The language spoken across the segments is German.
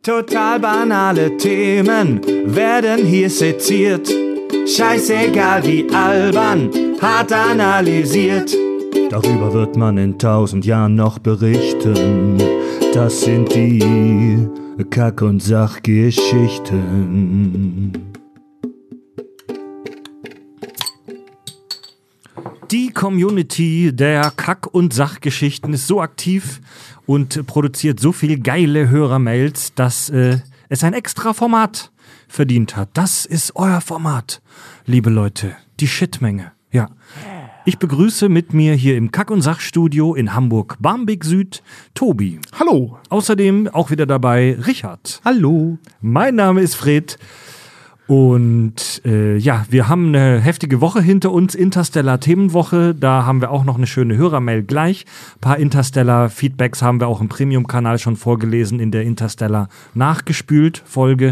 Total banale Themen werden hier seziert. Scheißegal wie albern, hart analysiert. Darüber wird man in 1000 Jahren noch berichten. Das sind die Kack- und Sachgeschichten. Die Community der Kack- und Sachgeschichten ist so aktiv und produziert so viel geile Hörermails, dass es ein extra Format verdient hat. Das ist euer Format, liebe Leute. Die Shitmenge, ja. Ich begrüße mit mir hier im Kack- und Sachstudio in Hamburg-Barmbek Süd Tobi. Hallo. Außerdem auch wieder dabei Richard. Hallo. Mein Name ist Fred. Und wir haben eine heftige Woche hinter uns, Interstellar-Themenwoche. Da haben wir auch noch eine schöne Hörermail gleich. Ein paar Interstellar-Feedbacks haben wir auch im Premium-Kanal schon vorgelesen in der Interstellar-Nachgespült-Folge.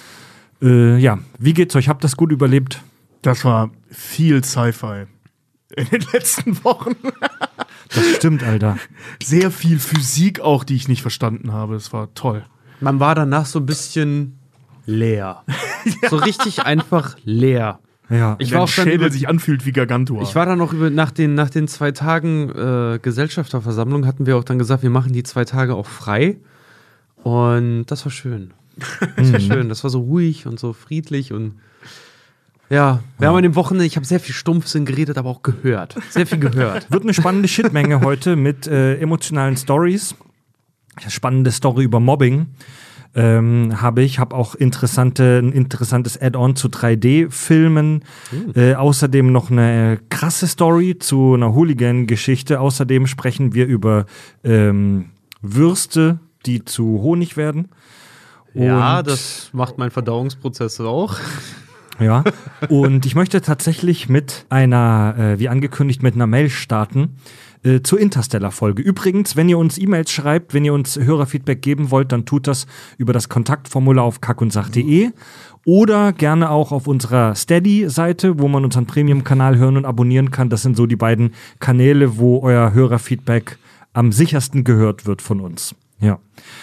Wie geht's euch? Habt ihr das gut überlebt? Das war viel Sci-Fi in den letzten Wochen. Das stimmt, Alter. Sehr viel Physik auch, die ich nicht verstanden habe. Es war toll. Man war danach so ein bisschen leer. Ja. So richtig einfach leer. Ja. Ich war auch Schädel sich anfühlt wie Gargantua. Ich war dann noch nach den 2 Tagen Gesellschafterversammlung hatten wir auch dann gesagt, wir machen die 2 Tage auch frei. Und das war schön. Das war schön. Das war so ruhig und so friedlich und ja, wir haben an dem Wochenende, ich habe sehr viel Stumpfsinn geredet, aber auch gehört. Sehr viel gehört. Wird eine spannende Shitmenge heute mit emotionalen Stories. Spannende Story über Mobbing. Habe auch ein interessantes Add-on zu 3D-Filmen. Außerdem noch eine krasse Story zu einer Hooligan-Geschichte. Außerdem sprechen wir über Würste, die zu Honig werden. Ja, das macht mein Verdauungsprozess auch. Ja, und ich möchte tatsächlich mit einer, wie angekündigt, mit einer Mail starten zur Interstellar-Folge. Übrigens, wenn ihr uns E-Mails schreibt, wenn ihr uns Hörerfeedback geben wollt, dann tut das über das Kontaktformular auf kackundsach.de oder gerne auch auf unserer Steady-Seite, wo man unseren Premium-Kanal hören und abonnieren kann. Das sind so die beiden Kanäle, wo euer Hörerfeedback am sichersten gehört wird von uns. Ja.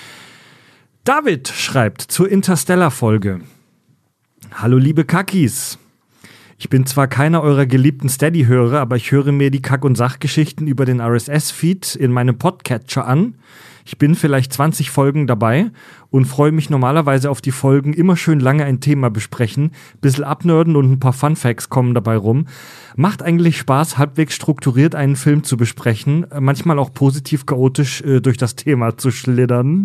David schreibt zur Interstellar-Folge: Hallo liebe Kackis. Ich bin zwar keiner eurer geliebten Steady-Hörer, aber ich höre mir die Kack- und Sachgeschichten über den RSS-Feed in meinem Podcatcher an. Ich bin vielleicht 20 Folgen dabei und freue mich normalerweise auf die Folgen, immer schön lange ein Thema besprechen, bisschen abnörden und ein paar Funfacts kommen dabei rum. Macht eigentlich Spaß, halbwegs strukturiert einen Film zu besprechen, manchmal auch positiv chaotisch durch das Thema zu schlittern.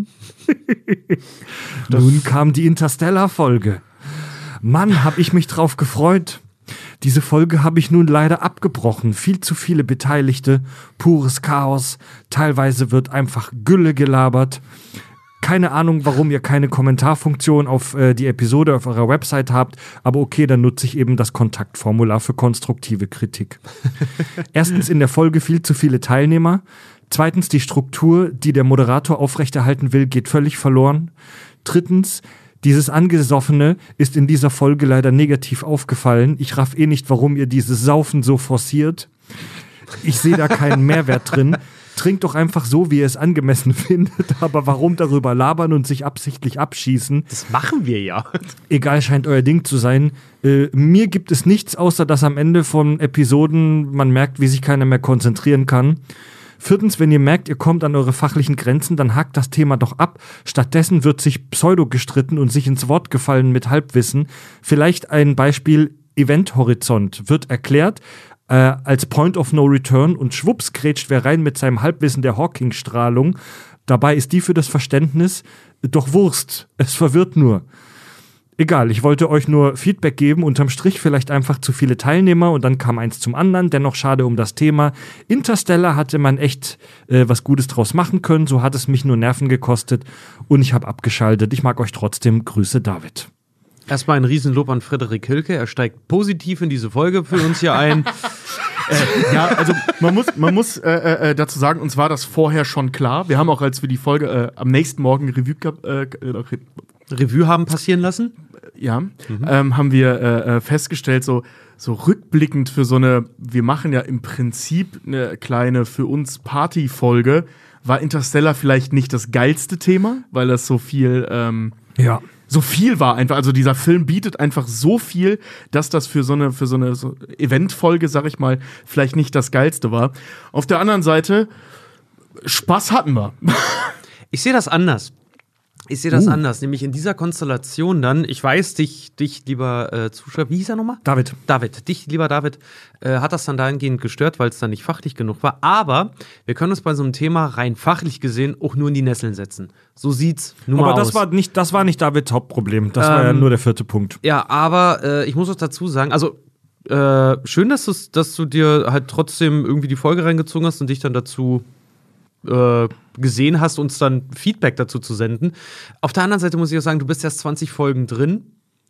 Nun kam die Interstellar-Folge. Mann, hab ich mich drauf gefreut. Diese Folge habe ich nun leider abgebrochen. Viel zu viele Beteiligte, pures Chaos. Teilweise wird einfach Gülle gelabert. Keine Ahnung, warum ihr keine Kommentarfunktion auf die Episode auf eurer Website habt, aber okay, dann nutze ich eben das Kontaktformular für konstruktive Kritik. Erstens in der Folge viel zu viele Teilnehmer. Zweitens die Struktur, die der Moderator aufrechterhalten will, geht völlig verloren. Drittens, dieses Angesoffene ist in dieser Folge leider negativ aufgefallen. Ich raff nicht, warum ihr dieses Saufen so forciert. Ich sehe da keinen Mehrwert drin. Trinkt doch einfach so, wie ihr es angemessen findet. Aber warum darüber labern und sich absichtlich abschießen? Das machen wir ja. Egal, scheint euer Ding zu sein. Mir gibt es nichts, außer dass am Ende von Episoden man merkt, wie sich keiner mehr konzentrieren kann. Viertens, wenn ihr merkt, ihr kommt an eure fachlichen Grenzen, dann hakt das Thema doch ab. Stattdessen wird sich Pseudo gestritten und sich ins Wort gefallen mit Halbwissen. Vielleicht ein Beispiel: Event-Horizont wird erklärt als Point of No Return und schwupps grätscht wer rein mit seinem Halbwissen der Hawking-Strahlung. Dabei ist die für das Verständnis doch Wurst. Es verwirrt nur. Egal, ich wollte euch nur Feedback geben, unterm Strich vielleicht einfach zu viele Teilnehmer und dann kam eins zum anderen, dennoch schade um das Thema. Interstellar hatte man echt was Gutes draus machen können, so hat es mich nur Nerven gekostet und ich habe abgeschaltet. Ich mag euch trotzdem, Grüße David. Erstmal ein Riesenlob an Frederik Hilke, er steigt positiv in diese Folge für uns hier ein. Ja, also man muss dazu sagen, uns war das vorher schon klar. Wir haben auch, als wir die Folge am nächsten Morgen Revue haben passieren lassen, haben wir festgestellt, so rückblickend für so eine, wir machen ja im Prinzip eine kleine für uns Partyfolge, war Interstellar vielleicht nicht das geilste Thema, weil das so viel so viel war einfach. Also dieser Film bietet einfach so viel, dass das für so eine Eventfolge, sag ich mal, vielleicht nicht das geilste war. Auf der anderen Seite, Spaß hatten wir. Ich sehe das anders. Anders, nämlich in dieser Konstellation dann, ich weiß, dich lieber Zuschauer, wie hieß er nochmal? David, dich, lieber David, hat das dann dahingehend gestört, weil es dann nicht fachlich genug war. Aber wir können uns bei so einem Thema rein fachlich gesehen auch nur in die Nesseln setzen. So sieht's nun mal aus. Aber das war nicht Davids Hauptproblem. Das war ja nur der 4. Punkt. Ja, aber ich muss auch dazu sagen, also schön, dass du dir halt trotzdem irgendwie die Folge reingezogen hast und dich dann dazu gesehen hast, uns dann Feedback dazu zu senden. Auf der anderen Seite muss ich auch sagen, du bist erst 20 Folgen drin.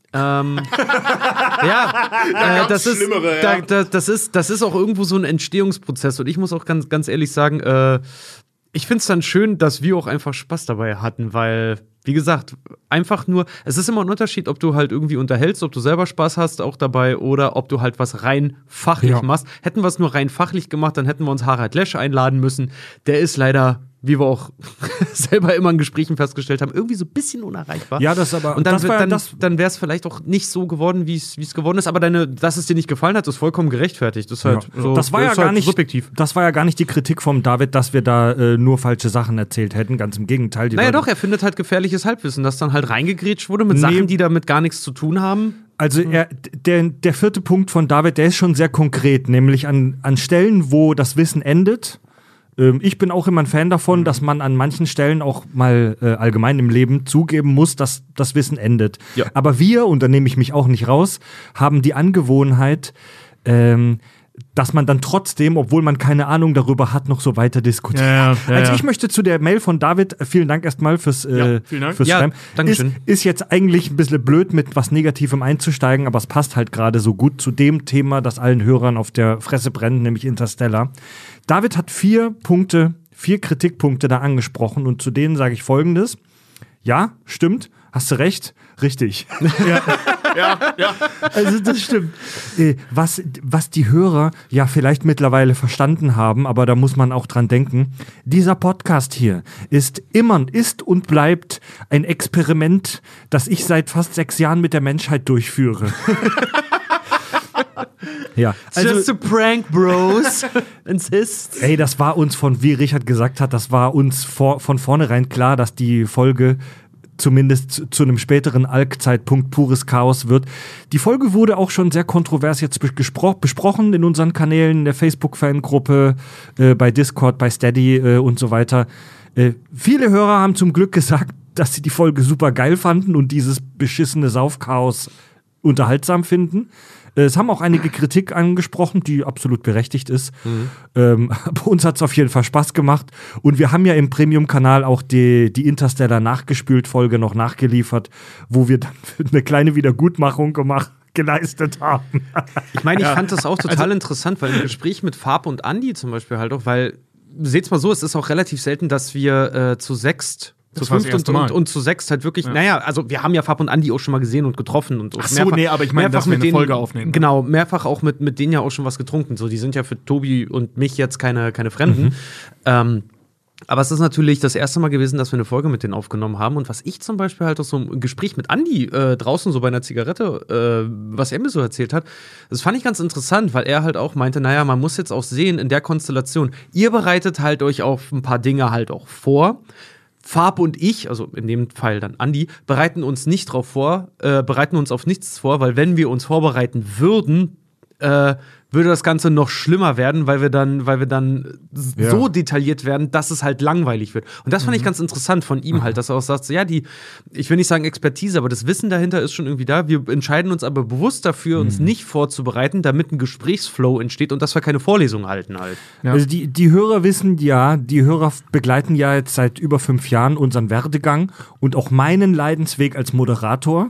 Das ist auch irgendwo so ein Entstehungsprozess. Und ich muss auch ganz, ganz ehrlich sagen, ich finde es dann schön, dass wir auch einfach Spaß dabei hatten, weil, wie gesagt, einfach nur, es ist immer ein Unterschied, ob du halt irgendwie unterhältst, ob du selber Spaß hast auch dabei oder ob du halt was rein fachlich machst. Hätten wir es nur rein fachlich gemacht, dann hätten wir uns Harald Lesch einladen müssen. Der ist leider, wie wir auch selber immer in Gesprächen festgestellt haben, irgendwie so ein bisschen unerreichbar. Ja, das aber. Und dann wäre es vielleicht auch nicht so geworden, wie es geworden ist. Aber dass es dir nicht gefallen hat, ist vollkommen gerechtfertigt. Das ist halt so, das war ja ist gar halt nicht subjektiv. Das war ja gar nicht die Kritik vom David, dass wir da nur falsche Sachen erzählt hätten. Ganz im Gegenteil. Doch, er findet halt gefährliches Halbwissen, das dann halt reingegrätscht wurde mit Sachen, die damit gar nichts zu tun haben. Also der 4. Punkt von David, der ist schon sehr konkret, nämlich an Stellen, wo das Wissen endet. Ich bin auch immer ein Fan davon, dass man an manchen Stellen auch mal allgemein im Leben zugeben muss, dass das Wissen endet. Ja. Aber wir, und da nehme ich mich auch nicht raus, haben die Angewohnheit, dass man dann trotzdem, obwohl man keine Ahnung darüber hat, noch so weiter diskutiert. Also ich möchte zu der Mail von David, vielen Dank erstmal fürs Schreiben. Dankeschön. Ist jetzt eigentlich ein bisschen blöd, mit was Negativem einzusteigen, aber es passt halt gerade so gut zu dem Thema, das allen Hörern auf der Fresse brennt, nämlich Interstellar. David hat 4 Kritikpunkte da angesprochen und zu denen sage ich Folgendes. Ja, stimmt, hast du recht, richtig. Ja. Also das stimmt. Was die Hörer ja vielleicht mittlerweile verstanden haben, aber da muss man auch dran denken, dieser Podcast hier ist und bleibt ein Experiment, das ich seit fast 6 Jahren mit der Menschheit durchführe. Ja, also, just a prank, bros. Insist. Ey, das war uns wie Richard gesagt hat, das war uns von vornherein klar, dass die Folge zumindest zu einem späteren Alk-Zeitpunkt pures Chaos wird. Die Folge wurde auch schon sehr kontrovers jetzt besprochen in unseren Kanälen, in der Facebook-Fangruppe, bei Discord, bei Steady und so weiter. Viele Hörer haben zum Glück gesagt, dass sie die Folge super geil fanden und dieses beschissene Saufchaos unterhaltsam finden. Es haben auch einige Kritik angesprochen, die absolut berechtigt ist. Aber uns hat es auf jeden Fall Spaß gemacht. Und wir haben ja im Premium-Kanal auch die Interstellar-Nachgespült-Folge noch nachgeliefert, wo wir dann eine kleine Wiedergutmachung geleistet haben. Ich meine, ich fand das auch total interessant, weil im Gespräch mit Farb und Andi zum Beispiel halt auch, weil, seht's mal so, es ist auch relativ selten, dass wir zu 6 zu 5 und zu 6 halt wirklich, also wir haben ja Fab und Andi auch schon mal gesehen und getroffen und aber ich meine, dass wir eine Folge aufnehmen. Genau, mehrfach auch mit denen ja auch schon was getrunken. So, die sind ja für Tobi und mich jetzt keine Fremden. Aber es ist natürlich das erste Mal gewesen, dass wir eine Folge mit denen aufgenommen haben. Und was ich zum Beispiel halt auch so im Gespräch mit Andi draußen so bei einer Zigarette, was er mir so erzählt hat, das fand ich ganz interessant, weil er halt auch meinte, man muss jetzt auch sehen, in der Konstellation, ihr bereitet halt euch auf ein paar Dinge halt auch vor. Farb und ich, also in dem Fall dann Andi, bereiten uns nicht drauf vor, bereiten uns auf nichts vor, weil wenn wir uns vorbereiten würden, würde das Ganze noch schlimmer werden, weil wir dann so detailliert werden, dass es halt langweilig wird. Und das fand ich ganz interessant von ihm halt, dass er auch sagt, so, ich will nicht sagen Expertise, aber das Wissen dahinter ist schon irgendwie da. Wir entscheiden uns aber bewusst dafür, uns nicht vorzubereiten, damit ein Gesprächsflow entsteht und dass wir keine Vorlesung halten halt. Ja. Also die Hörer wissen ja, die Hörer begleiten ja jetzt seit über 5 Jahren unseren Werdegang und auch meinen Leidensweg als Moderator.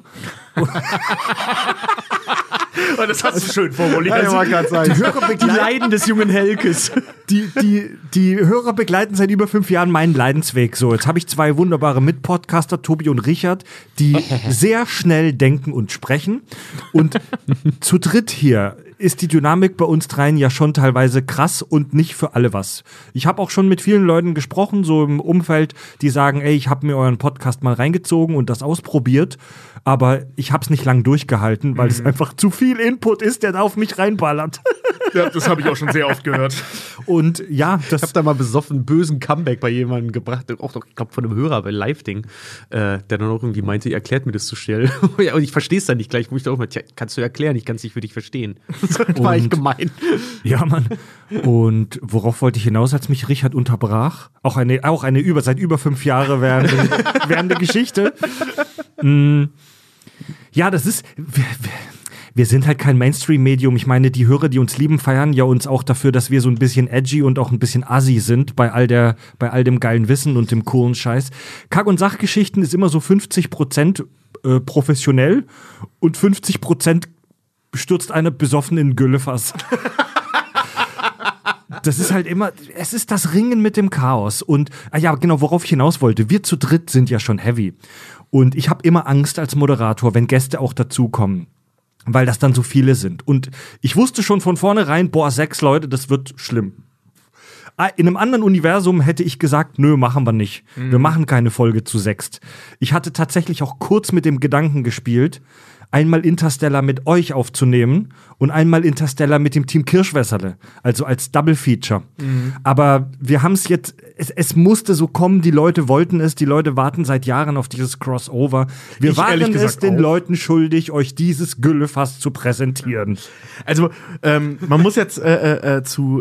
Das hast du schön formuliert. Die Leiden des jungen Helkes. Die Hörer begleiten seit über 5 Jahren meinen Leidensweg. So, jetzt habe ich 2 wunderbare Mitpodcaster, Tobi und Richard, die sehr schnell denken und sprechen. Und zu dritt hier ist die Dynamik bei uns dreien ja schon teilweise krass und nicht für alle was. Ich habe auch schon mit vielen Leuten gesprochen, so im Umfeld, die sagen, ey, ich habe mir euren Podcast mal reingezogen und das ausprobiert, aber ich habe es nicht lang durchgehalten, weil es einfach zu viel Input ist, der da auf mich reinballert. Ja, das habe ich auch schon sehr oft gehört. Und ja, ich habe da mal besoffen bösen Comeback bei jemandem gebracht, auch ich glaube von einem Hörer bei Live-Ding, der dann auch irgendwie meinte, ihr erklärt mir das zu schnell. Und ich verstehe es dann nicht gleich, wo ich da auch mal, kannst du erklären, ich kann es nicht für dich verstehen. Das war echt gemein. Ja, Mann. Und worauf wollte ich hinaus, als mich Richard unterbrach? Auch eine seit über 5 Jahre währende Geschichte. Ja, das ist. Wir sind halt kein Mainstream-Medium. Ich meine, die Hörer, die uns lieben, feiern ja uns auch dafür, dass wir so ein bisschen edgy und auch ein bisschen assi sind bei all dem geilen Wissen und dem coolen Scheiß. Kack- und Sachgeschichten ist immer so 50% professionell und 50% stürzt einer besoffen in ein Güllefass. Das ist halt immer, es ist das Ringen mit dem Chaos. Und, ja, genau, worauf ich hinaus wollte, wir zu dritt sind ja schon heavy. Und ich habe immer Angst als Moderator, wenn Gäste auch dazukommen, weil das dann so viele sind. Und ich wusste schon von vornherein, 6 Leute, das wird schlimm. In einem anderen Universum hätte ich gesagt, nö, machen wir nicht. Wir machen keine Folge zu 6. Ich hatte tatsächlich auch kurz mit dem Gedanken gespielt, einmal Interstellar mit euch aufzunehmen und einmal Interstellar mit dem Team Kirschwässerle, also als Double Feature. Aber wir haben es jetzt, es musste so kommen, die Leute wollten es, die Leute warten seit Jahren auf dieses Crossover. Wir waren es den Leuten schuldig, euch dieses Güllefass zu präsentieren. Also, man muss jetzt zu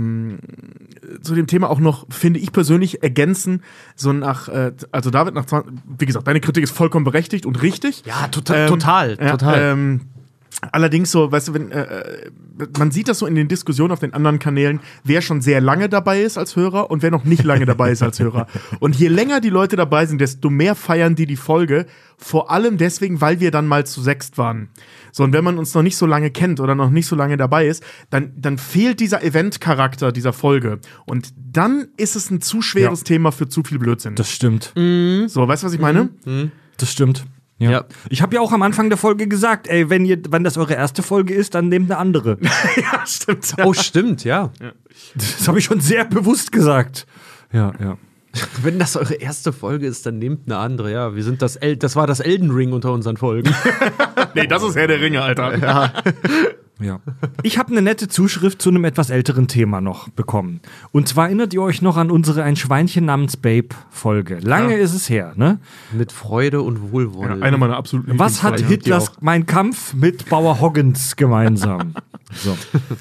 dem Thema auch noch, finde ich persönlich, ergänzen, so also David, wie gesagt, deine Kritik ist vollkommen berechtigt und richtig. Ja, total. Allerdings so, weißt du, wenn man sieht das so in den Diskussionen auf den anderen Kanälen, wer schon sehr lange dabei ist als Hörer und wer noch nicht lange dabei ist als Hörer. Und je länger die Leute dabei sind, desto mehr feiern die Folge. Vor allem deswegen, weil wir dann mal zu 6 waren. So, und wenn man uns noch nicht so lange kennt oder noch nicht so lange dabei ist, dann fehlt dieser Event-Charakter dieser Folge. Und dann ist es ein zu schweres Thema für zu viel Blödsinn. Das stimmt. So, weißt du, was ich meine? Das stimmt. Ja. Ich habe ja auch am Anfang der Folge gesagt, ey, wenn das eure erste Folge ist, dann nehmt eine andere. Ja, stimmt. Oh, stimmt, ja. Das habe ich schon sehr bewusst gesagt. Ja. Wenn das eure erste Folge ist, dann nehmt eine andere. Ja, wir sind das war das Elden Ring unter unseren Folgen. Nee, das ist Herr der Ringe, Alter. Ja. Ich habe eine nette Zuschrift zu einem etwas älteren Thema noch bekommen. Und zwar erinnert ihr euch noch an unsere Ein Schweinchen namens Babe-Folge. Lange ist es her, ne? Mit Freude und Wohlwollen. Ja, einer meiner absoluten Was hat Hitlers Mein Kampf mit Bauer Hoggins gemeinsam? So.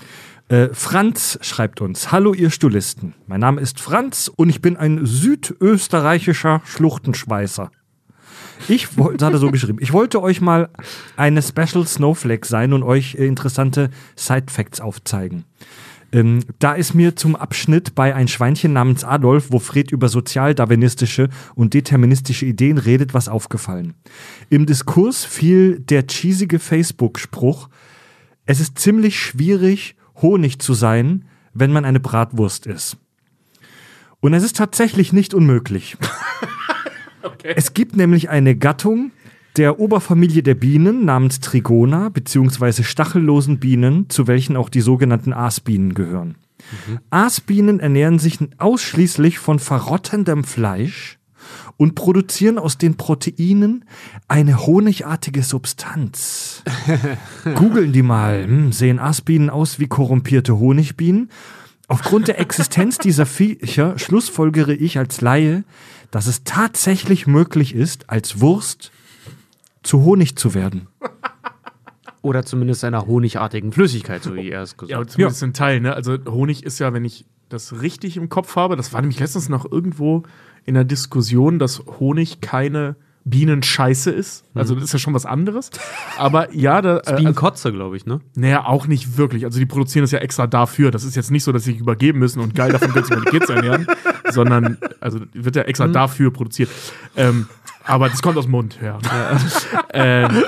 Franz schreibt uns: Hallo ihr Stulisten, mein Name ist Franz und ich bin ein südösterreichischer Schluchtenschweißer. Das hat er so geschrieben. Ich wollte euch mal eine Special Snowflake sein und euch interessante Side-Facts aufzeigen. Da ist mir zum Abschnitt bei Ein Schweinchen namens Adolf, wo Fred über sozialdarwinistische und deterministische Ideen redet, was aufgefallen. Im Diskurs fiel der cheesige Facebook-Spruch: Es ist ziemlich schwierig, Honig zu sein, wenn man eine Bratwurst ist. Und es ist tatsächlich nicht unmöglich. Okay. Es gibt nämlich eine Gattung der Oberfamilie der Bienen namens Trigona, beziehungsweise stachellosen Bienen, zu welchen auch die sogenannten Aasbienen gehören. Aasbienen ernähren sich ausschließlich von verrottendem Fleisch und produzieren aus den Proteinen eine honigartige Substanz. Googeln die mal. Sehen Aasbienen aus wie korrumpierte Honigbienen? Aufgrund der Existenz dieser Viecher schlussfolgere ich als Laie, dass es tatsächlich möglich ist, als Wurst zu Honig zu werden. Oder zumindest einer honigartigen Flüssigkeit, so wie er es gesagt hat. Ja, zumindest ein Teil, ne? Also Honig ist ja, wenn ich das richtig im Kopf habe, das war nämlich letztens noch irgendwo in der Diskussion, dass Honig keine Bienenscheiße ist. Also das ist ja schon was anderes. Aber ja, das ist Bienenkotze, glaube ich, ne? Naja, auch nicht wirklich. Also die produzieren das ja extra dafür. Das ist jetzt nicht so, dass sie sich übergeben müssen und geil davon können sich meine Kids ernähren, sondern also wird ja extra dafür produziert. Aber das kommt aus dem Mund, ja.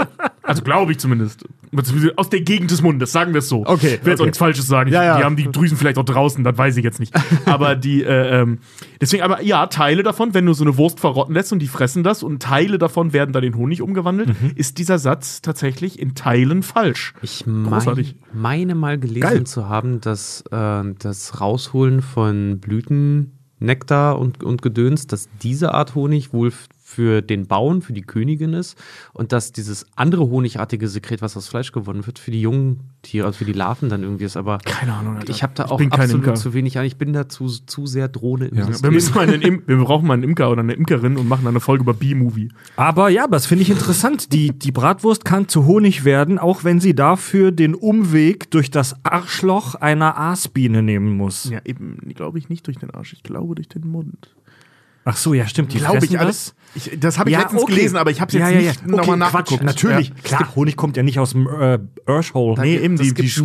Also glaube ich zumindest. Aus der Gegend des Mundes, sagen wir es so. Okay. Ich will jetzt auch nichts Falsches sagen. Ja. Die haben die Drüsen vielleicht auch draußen, das weiß ich jetzt nicht. Aber deswegen, aber ja, Teile davon, wenn du so eine Wurst verrotten lässt und die fressen das und Teile davon werden dann in Honig umgewandelt, ist dieser Satz tatsächlich in Teilen falsch. Ich meine mal gelesen zu haben, dass das Rausholen von Blütennektar und Gedöns, dass diese Art Honig wohl für den Bauern, für die Königin ist und dass dieses andere honigartige Sekret, was aus Fleisch gewonnen wird, für die jungen Tiere, also für die Larven dann irgendwie ist. Aber keine Ahnung, Alter. ich habe da auch absolut zu wenig an. Ich bin da zu sehr Drohne im System. Wir brauchen mal einen Imker oder eine Imkerin und machen dann eine Folge über Bee-Movie. Aber das finde ich interessant. Die Bratwurst kann zu Honig werden, auch wenn sie dafür den Umweg durch das Arschloch einer Aasbiene nehmen muss. Ja, eben, glaube ich nicht durch den Arsch. Ich glaube durch den Mund. Ach so, ja, stimmt. Die glaube fressen ich alles. Das habe ich letztens gelesen, aber ich habe es jetzt nicht nochmal nachgeguckt. Natürlich, klar. Honig kommt ja nicht aus dem Arschhole. Nee, eben das gibt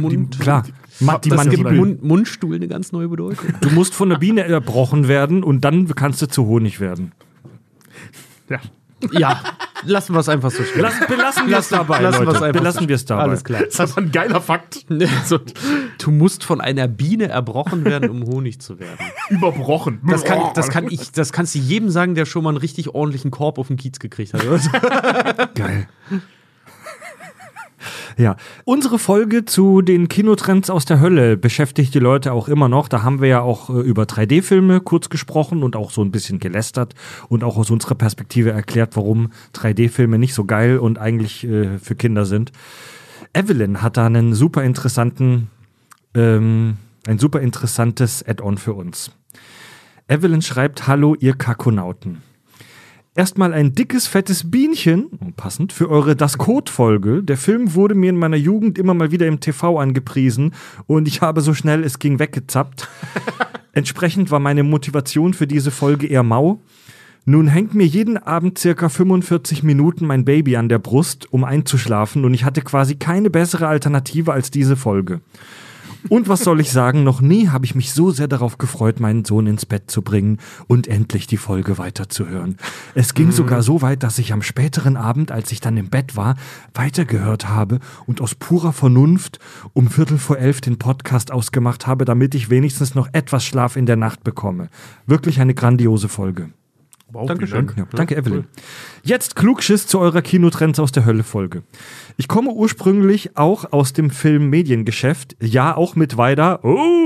Mundstuhl eine ganz neue Bedeutung. Du musst von der Biene erbrochen werden und dann kannst du zu Honig werden. Ja, lassen wir es einfach so stehen. Belassen wir es dabei, Leute. Belassen wir es dabei. Alles klar. Das ist ein geiler Fakt. Du musst von einer Biene erbrochen werden, um Honig zu werden. Überbrochen. Das kannst du jedem sagen, der schon mal einen richtig ordentlichen Korb auf den Kiez gekriegt hat. Geil. Ja, unsere Folge zu den Kinotrends aus der Hölle beschäftigt die Leute auch immer noch. Da haben wir ja auch über 3D-Filme kurz gesprochen und auch so ein bisschen gelästert und auch aus unserer Perspektive erklärt, warum 3D-Filme nicht so geil und eigentlich für Kinder sind. Evelyn hat da ein super interessantes Add-on für uns. Evelyn schreibt: Hallo, ihr Kakonauten. Erstmal ein dickes, fettes Bienchen, passend, für eure Das Code-Folge. Der Film wurde mir in meiner Jugend immer mal wieder im TV angepriesen und ich habe so schnell es ging weggezappt. Entsprechend war meine Motivation für diese Folge eher mau. Nun hängt mir jeden Abend circa 45 Minuten mein Baby an der Brust, um einzuschlafen und ich hatte quasi keine bessere Alternative als diese Folge. Und was soll ich sagen, noch nie habe ich mich so sehr darauf gefreut, meinen Sohn ins Bett zu bringen und endlich die Folge weiterzuhören. Es ging sogar so weit, dass ich am späteren Abend, als ich dann im Bett war, weitergehört habe und aus purer Vernunft um 10:45 den Podcast ausgemacht habe, damit ich wenigstens noch etwas Schlaf in der Nacht bekomme. Wirklich eine grandiose Folge. Wow, Dankeschön. Ja, danke, Evelyn. Cool. Jetzt Klugschiss zu eurer Kinotrends aus der Hölle-Folge. Ich komme ursprünglich auch aus dem Film-Mediengeschäft, ja auch mit Weida,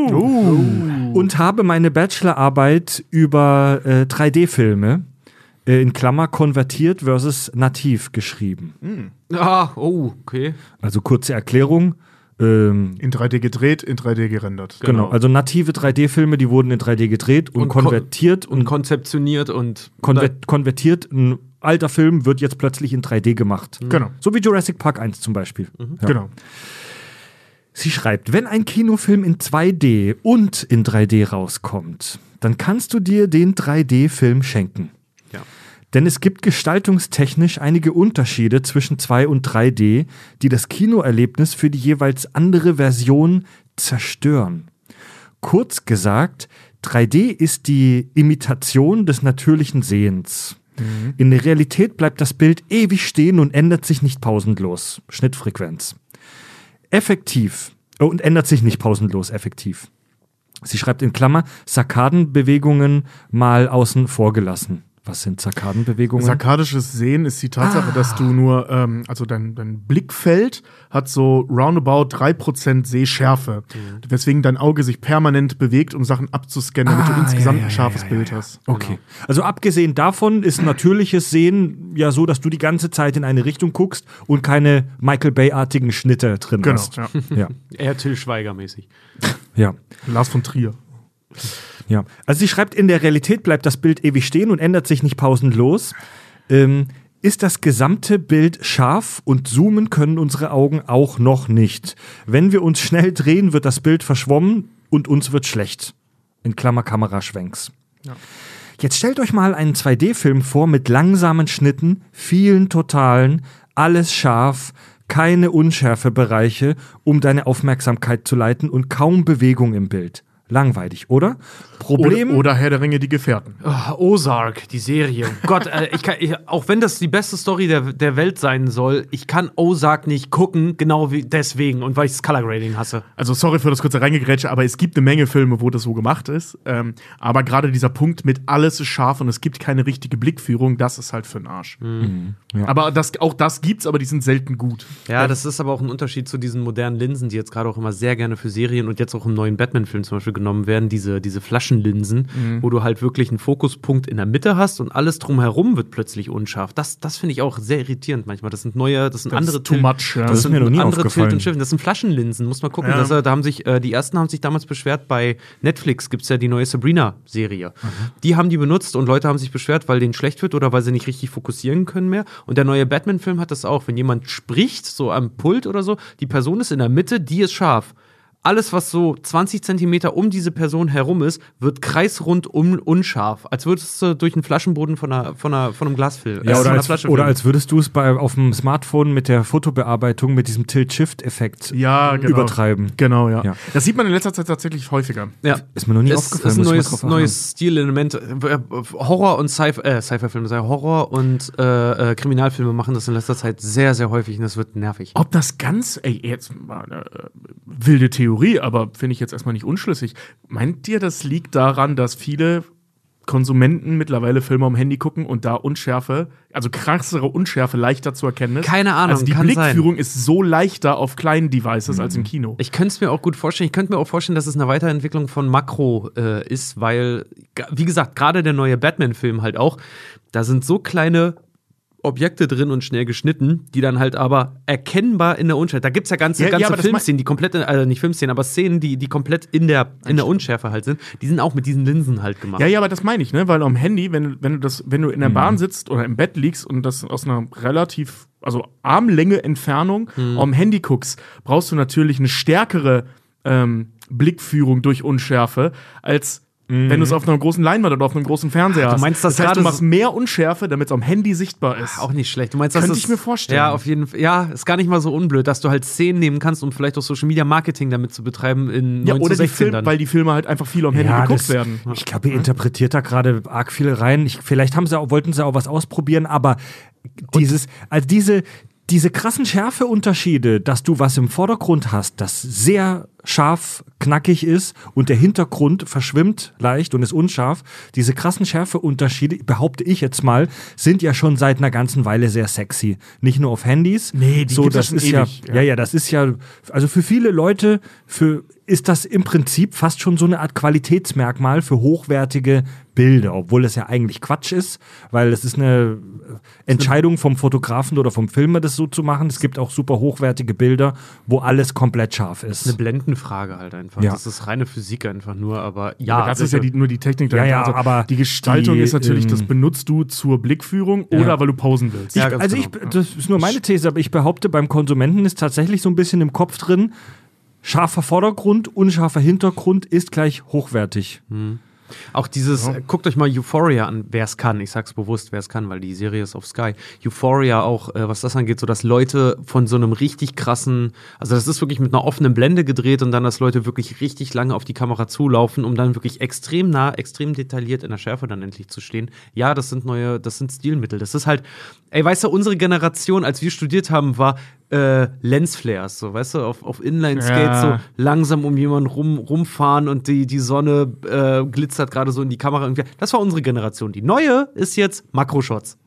und habe meine Bachelorarbeit über 3D-Filme, in Klammer konvertiert versus nativ geschrieben. Okay. Also kurze Erklärung. In 3D gedreht, in 3D gerendert. Genau, also native 3D-Filme, die wurden in 3D gedreht und konvertiert und konzeptioniert und konvertiert. Ein alter Film wird jetzt plötzlich in 3D gemacht. Genau. So wie Jurassic Park 1 zum Beispiel. Ja. Genau. Sie schreibt, wenn ein Kinofilm in 2D und in 3D rauskommt, dann kannst du dir den 3D-Film schenken. Ja. Denn es gibt gestaltungstechnisch einige Unterschiede zwischen 2 und 3D, die das Kinoerlebnis für die jeweils andere Version zerstören. Kurz gesagt, 3D ist die Imitation des natürlichen Sehens. In der Realität bleibt das Bild ewig stehen und ändert sich nicht pausenlos. Schnittfrequenz. Effektiv. Und ändert sich nicht pausenlos, effektiv. Sie schreibt in Klammer, Sarkadenbewegungen mal außen vor gelassen. Was sind Sarkadenbewegungen? Sarkadisches Sehen ist die Tatsache, dass du nur, also dein Blickfeld hat so roundabout 3% Sehschärfe, weswegen dein Auge sich permanent bewegt, um Sachen abzuscannen, damit du insgesamt ein scharfes Bild hast. Okay. Genau. Also abgesehen davon ist natürliches Sehen ja so, dass du die ganze Zeit in eine Richtung guckst und keine Michael Bay-artigen Schnitte drin hast. Ja. Ja. Eher Till Schweiger-mäßig. Ja. Lars von Trier. Ja, also sie schreibt, in der Realität bleibt das Bild ewig stehen und ändert sich nicht pausenlos. Ist das gesamte Bild scharf und zoomen können unsere Augen auch noch nicht. Wenn wir uns schnell drehen, wird das Bild verschwommen und uns wird schlecht. In Klammer Kameraschwenks. Ja. Jetzt stellt euch mal einen 2D-Film vor mit langsamen Schnitten, vielen Totalen, alles scharf, keine Unschärfebereiche, um deine Aufmerksamkeit zu leiten und kaum Bewegung im Bild. langweilig, oder? Problem. Oder Herr der Ringe, die Gefährten. Ozark, die Serie. Gott, auch wenn das die beste Story der Welt sein soll, ich kann Ozark nicht gucken, genau wie deswegen und weil ich das Color Grading hasse. Also sorry für das kurze Reingegrätsche, aber es gibt eine Menge Filme, wo das so gemacht ist. Aber gerade dieser Punkt mit alles ist scharf und es gibt keine richtige Blickführung, das ist halt für den Arsch. Ja. Aber auch das gibt's, aber die sind selten gut. Ja, das ist aber auch ein Unterschied zu diesen modernen Linsen, die jetzt gerade auch immer sehr gerne für Serien und jetzt auch im neuen Batman-Film zum Beispiel genommen werden, diese Flaschenlinsen, wo du halt wirklich einen Fokuspunkt in der Mitte hast und alles drumherum wird plötzlich unscharf. Das finde ich auch sehr irritierend manchmal. Das sind andere too much, ja. Das ist mir noch nie aufgefallen. Das sind Flaschenlinsen, muss man gucken. Ja. Da haben sich, die ersten haben sich damals beschwert, bei Netflix gibt es ja die neue Sabrina-Serie. Die haben die benutzt und Leute haben sich beschwert, weil denen schlecht wird oder weil sie nicht richtig fokussieren können mehr. Und der neue Batman-Film hat das auch. Wenn jemand spricht, so am Pult oder so, die Person ist in der Mitte, die ist scharf. Alles, was so 20 Zentimeter um diese Person herum ist, wird kreisrundum unscharf. Als würdest du durch einen Flaschenboden von einem Glasfilm. Ja, oder als würdest du es auf dem Smartphone mit der Fotobearbeitung mit diesem Tilt-Shift-Effekt übertreiben. Genau, ja. Das sieht man in letzter Zeit tatsächlich häufiger. Ja. Ist mir noch nie aufgefallen. Das ist ein neues Stilelement. Horror- und Sci-Fi-Filme, Horror- und Kriminalfilme machen das in letzter Zeit sehr, sehr häufig und das wird nervig. Ob das ganz, jetzt mal eine wilde Theorie, aber finde ich jetzt erstmal nicht unschlüssig. Meint ihr, das liegt daran, dass viele Konsumenten mittlerweile Filme am Handy gucken und da Unschärfe, also krassere Unschärfe leichter zu erkennen ist? Keine Ahnung, also die kann Blickführung sein. ist so leichter auf kleinen Devices als im Kino. Ich könnte es mir auch gut vorstellen. Ich könnte mir auch vorstellen, dass es eine Weiterentwicklung von Makro ist, weil, wie gesagt, gerade der neue Batman-Film halt auch, da sind so kleine Objekte drin und schnell geschnitten, die dann halt aber erkennbar in der Unschärfe. Da gibt es ja ganze Filmszenen, die komplett, nicht Filmszenen, aber Szenen, die komplett in der Unschärfe halt sind. Die sind auch mit diesen Linsen halt gemacht. Ja, aber das meine ich, ne? Weil am Handy, wenn du in der Bahn sitzt oder im Bett liegst und das aus einer relativ, also Armlänge Entfernung am Handy guckst, brauchst du natürlich eine stärkere Blickführung durch Unschärfe als wenn du es auf einer großen Leinwand oder auf einem großen Fernseher hast. Du meinst, das heißt, du machst mehr Unschärfe, damit es am Handy sichtbar ist. Auch nicht schlecht. Du meinst, das Könnte ich mir vorstellen. Ja, auf jeden Fall. Ja, ist gar nicht mal so unblöd, dass du halt Szenen nehmen kannst, um vielleicht auch Social Media Marketing damit zu betreiben in 9 oder zu 16 weil die Filme halt einfach viel am Handy geguckt werden. Ich glaube, ihr interpretiert da gerade arg viel rein. Vielleicht wollten sie auch was ausprobieren, aber diese krassen Schärfeunterschiede, dass du was im Vordergrund hast, das sehr scharf, knackig ist und der Hintergrund verschwimmt leicht und ist unscharf, diese krassen Schärfeunterschiede, behaupte ich jetzt mal, sind ja schon seit einer ganzen Weile sehr sexy. Nicht nur auf Handys. Nee, die gibt es schon ewig. Ja, das ist ja, also für viele Leute, ist das im Prinzip fast schon so eine Art Qualitätsmerkmal für hochwertige Bilder, obwohl das ja eigentlich Quatsch ist, weil es ist eine Entscheidung vom Fotografen oder vom Filmer, das so zu machen. Es gibt auch super hochwertige Bilder, wo alles komplett scharf ist. Eine Blendenfrage halt einfach. Ja. Das ist reine Physik einfach nur, aber ja. Aber das ist ja nur die Technik dahinter. Ja, also aber die Gestaltung ist natürlich, das benutzt du zur Blickführung oder weil du pausen willst. Das ist nur meine These, aber ich behaupte, beim Konsumenten ist tatsächlich so ein bisschen im Kopf drin, scharfer Vordergrund, unscharfer Hintergrund ist gleich hochwertig. Auch guckt euch mal Euphoria an, wer es kann. Ich sag's bewusst, wer es kann, weil die Serie ist auf Sky. Euphoria auch, was das angeht, so dass Leute von so einem richtig krassen, also das ist wirklich mit einer offenen Blende gedreht und dann, dass Leute wirklich richtig lange auf die Kamera zulaufen, um dann wirklich extrem nah, extrem detailliert in der Schärfe dann endlich zu stehen. Ja, das sind Stilmittel. Das ist halt, weißt du, unsere Generation, als wir studiert haben, war Lensflares, so, weißt du, auf Inline-Skates so langsam um jemanden rumfahren und die Sonne glitzert gerade so in die Kamera irgendwie. Das war unsere Generation. Die neue ist jetzt Makroshots.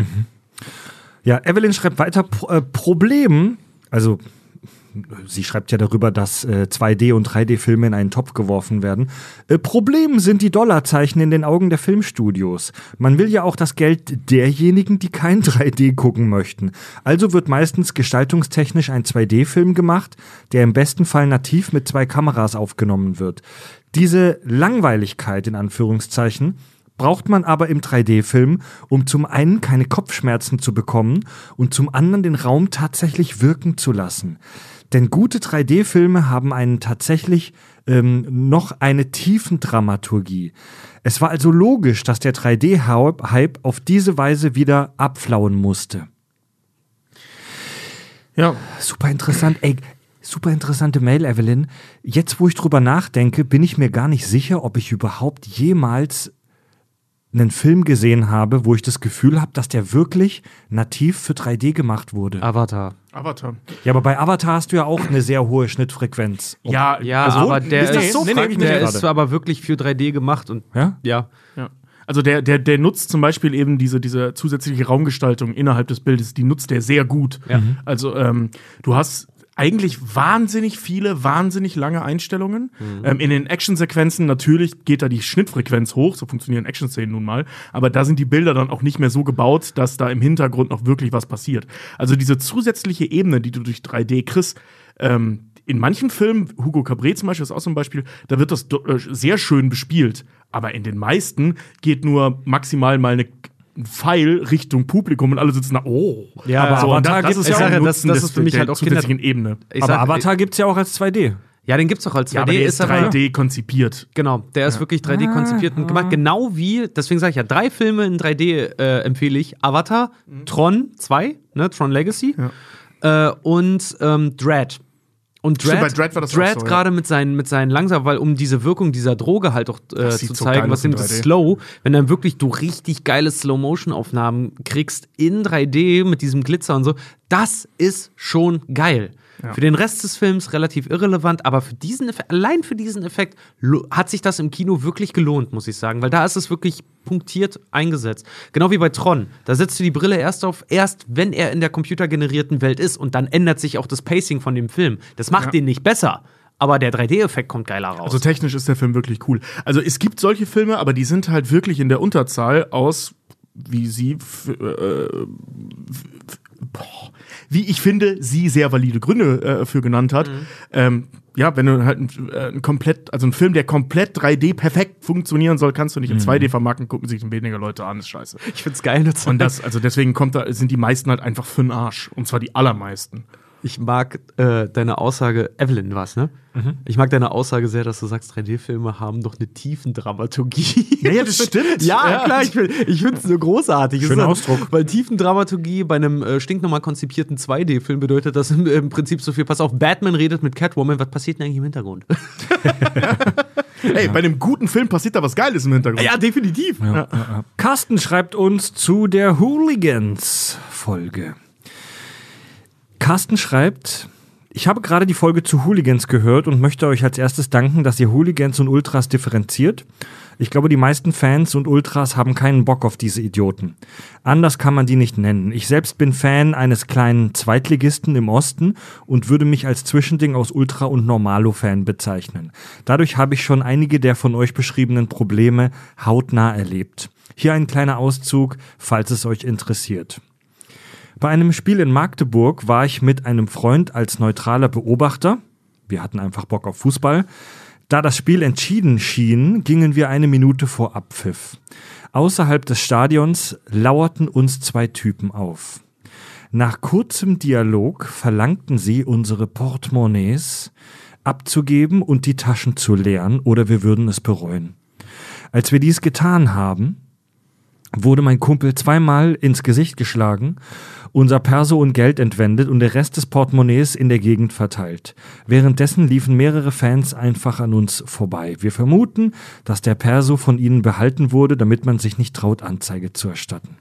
Ja, Evelyn schreibt weiter, Problem, also sie schreibt ja darüber, dass 2D- und 3D-Filme in einen Topf geworfen werden. Problem sind die Dollarzeichen in den Augen der Filmstudios. Man will ja auch das Geld derjenigen, die kein 3D gucken möchten. Also wird meistens gestaltungstechnisch ein 2D-Film gemacht, der im besten Fall nativ mit 2 Kameras aufgenommen wird. Diese Langweiligkeit, in Anführungszeichen, braucht man aber im 3D-Film, um zum einen keine Kopfschmerzen zu bekommen und zum anderen den Raum tatsächlich wirken zu lassen. Denn gute 3D-Filme haben tatsächlich noch eine Tiefendramaturgie. Es war also logisch, dass der 3D-Hype auf diese Weise wieder abflauen musste. Ja. Super interessant. super interessante Mail, Evelyn. Jetzt, wo ich drüber nachdenke, bin ich mir gar nicht sicher, ob ich überhaupt jemals einen Film gesehen habe, wo ich das Gefühl habe, dass der wirklich nativ für 3D gemacht wurde. Avatar. Ja, aber bei Avatar hast du ja auch eine sehr hohe Schnittfrequenz. Ja, also, aber der ist das so? der ist aber wirklich für 3D gemacht und ja. Also der nutzt zum Beispiel eben diese zusätzliche Raumgestaltung innerhalb des Bildes, die nutzt der sehr gut. Ja. Also du hast eigentlich wahnsinnig viele, wahnsinnig lange Einstellungen. In den Actionsequenzen natürlich geht da die Schnittfrequenz hoch, so funktionieren Action-Szenen nun mal, aber da sind die Bilder dann auch nicht mehr so gebaut, dass da im Hintergrund noch wirklich was passiert. Also diese zusätzliche Ebene, die du durch 3D kriegst, in manchen Filmen, Hugo Cabret zum Beispiel ist auch so ein Beispiel, da wird das sehr schön bespielt, aber in den meisten geht nur maximal mal ein Pfeil Richtung Publikum und alle sitzen da, Ja, aber so, Avatar das gibt ist es ja ja auch das ist für mich halt auch zusätzlichen Ebene. Aber Avatar gibt es ja auch als 2D. Ja, den gibt's auch als 2D. Ja, aber der ist 3D konzipiert. Genau, der ist wirklich 3D konzipiert und gemacht. Genau wie, deswegen sage ich ja, 3 Filme in 3D empfehle ich. Avatar, Tron 2, ne, Tron Legacy und Dread. Und Stimmt, bei Dread war das auch so, gerade mit seinen langsam, weil um diese Wirkung dieser Droge halt auch zu so zeigen, geil was aus in eben das 3D. Slow, wenn dann wirklich du richtig geile Slow-Motion-Aufnahmen kriegst in 3D mit diesem Glitzer und so, das ist schon geil. Ja. Für den Rest des Films relativ irrelevant, aber für diesen Effekt, allein für diesen Effekt hat sich das im Kino wirklich gelohnt, muss ich sagen, weil da ist es wirklich punktiert eingesetzt. Genau wie bei Tron. Da setzt du die Brille erst wenn er in der computergenerierten Welt ist und dann ändert sich auch das Pacing von dem Film. Das macht den nicht besser. Aber der 3D-Effekt kommt geiler raus. Also technisch ist der Film wirklich cool. Also es gibt solche Filme, aber die sind halt wirklich in der Unterzahl aus, wie ich finde, sie sehr valide Gründe für genannt hat. Ja, wenn du halt einen Film, der komplett 3D perfekt funktionieren soll, kannst du nicht in 2D vermarkten, gucken sich weniger Leute an, ist scheiße. Ich find's geil. Und deswegen sind die meisten halt einfach für den Arsch. Und zwar die allermeisten. Ich mag deine Aussage, Evelyn war's, ne? Ich mag deine Aussage sehr, dass du sagst, 3D-Filme haben doch eine Tiefendramaturgie. Ja, das stimmt. Ja, klar, ich finde es so großartig. Schöner Ausdruck. Weil Tiefendramaturgie bei einem stinknormal konzipierten 2D-Film bedeutet, dass im Prinzip so viel, pass auf, Batman redet mit Catwoman, was passiert denn eigentlich im Hintergrund? Ey, bei einem guten Film passiert da was Geiles im Hintergrund. Ja, definitiv. Ja. Carsten schreibt uns zu der Hooligans-Folge. Carsten schreibt: Ich habe gerade die Folge zu Hooligans gehört und möchte euch als erstes danken, dass ihr Hooligans und Ultras differenziert. Ich glaube, die meisten Fans und Ultras haben keinen Bock auf diese Idioten. Anders kann man die nicht nennen. Ich selbst bin Fan eines kleinen Zweitligisten im Osten und würde mich als Zwischending aus Ultra- und Normalo-Fan bezeichnen. Dadurch habe ich schon einige der von euch beschriebenen Probleme hautnah erlebt. Hier ein kleiner Auszug, falls es euch interessiert. Bei einem Spiel in Magdeburg war ich mit einem Freund als neutraler Beobachter. Wir hatten einfach Bock auf Fußball. Da das Spiel entschieden schien, gingen wir 1 Minute vor Abpfiff. Außerhalb des Stadions lauerten uns 2 Typen auf. Nach kurzem Dialog verlangten sie, unsere Portemonnaies abzugeben und die Taschen zu leeren, oder wir würden es bereuen. Als wir dies getan haben, wurde mein Kumpel 2-mal ins Gesicht geschlagen, unser Perso und Geld entwendet und der Rest des Portemonnaies in der Gegend verteilt. Währenddessen liefen mehrere Fans einfach an uns vorbei. Wir vermuten, dass der Perso von ihnen behalten wurde, damit man sich nicht traut, Anzeige zu erstatten.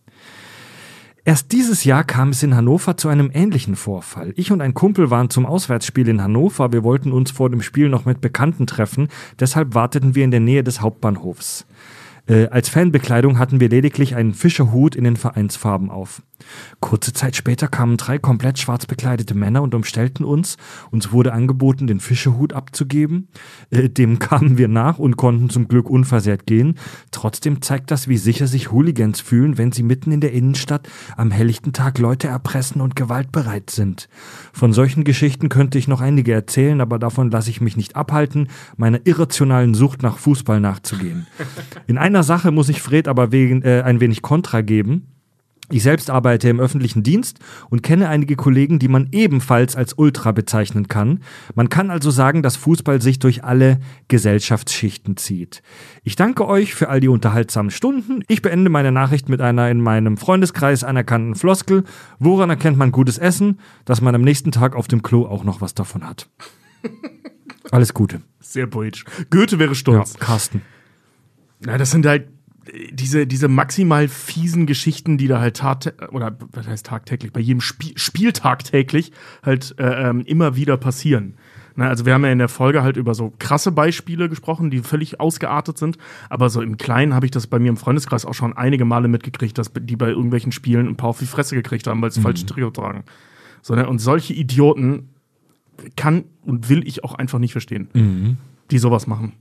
Erst dieses Jahr kam es in Hannover zu einem ähnlichen Vorfall. Ich und ein Kumpel waren zum Auswärtsspiel in Hannover. Wir wollten uns vor dem Spiel noch mit Bekannten treffen, deshalb warteten wir in der Nähe des Hauptbahnhofs. Als Fanbekleidung hatten wir lediglich einen Fischerhut in den Vereinsfarben auf. Kurze Zeit später kamen 3 komplett schwarz bekleidete Männer und umstellten uns. Uns wurde angeboten, den Fischerhut abzugeben. Dem kamen wir nach und konnten zum Glück unversehrt gehen. Trotzdem zeigt das, wie sicher sich Hooligans fühlen, wenn sie mitten in der Innenstadt am helllichten Tag Leute erpressen und gewaltbereit sind. Von solchen Geschichten könnte ich noch einige erzählen, aber davon lasse ich mich nicht abhalten, meiner irrationalen Sucht nach Fußball nachzugehen. In einer Sache muss ich Fred aber ein wenig Kontra geben. Ich selbst arbeite im öffentlichen Dienst und kenne einige Kollegen, die man ebenfalls als Ultra bezeichnen kann. Man kann also sagen, dass Fußball sich durch alle Gesellschaftsschichten zieht. Ich danke euch für all die unterhaltsamen Stunden. Ich beende meine Nachricht mit einer in meinem Freundeskreis anerkannten Floskel. Woran erkennt man gutes Essen? Dass man am nächsten Tag auf dem Klo auch noch was davon hat. Alles Gute. Sehr poetisch. Goethe wäre stolz. Ja, Carsten. Na, das sind halt diese maximal fiesen Geschichten, die da halt tagtäglich, bei jedem Spiel tagtäglich halt immer wieder passieren. Na, also wir haben ja in der Folge halt über so krasse Beispiele gesprochen, die völlig ausgeartet sind, aber so im Kleinen habe ich das bei mir im Freundeskreis auch schon einige Male mitgekriegt, dass die bei irgendwelchen Spielen ein paar auf die Fresse gekriegt haben, weil sie falsche Trikot tragen. So, ne? Und solche Idioten kann und will ich auch einfach nicht verstehen, die sowas machen.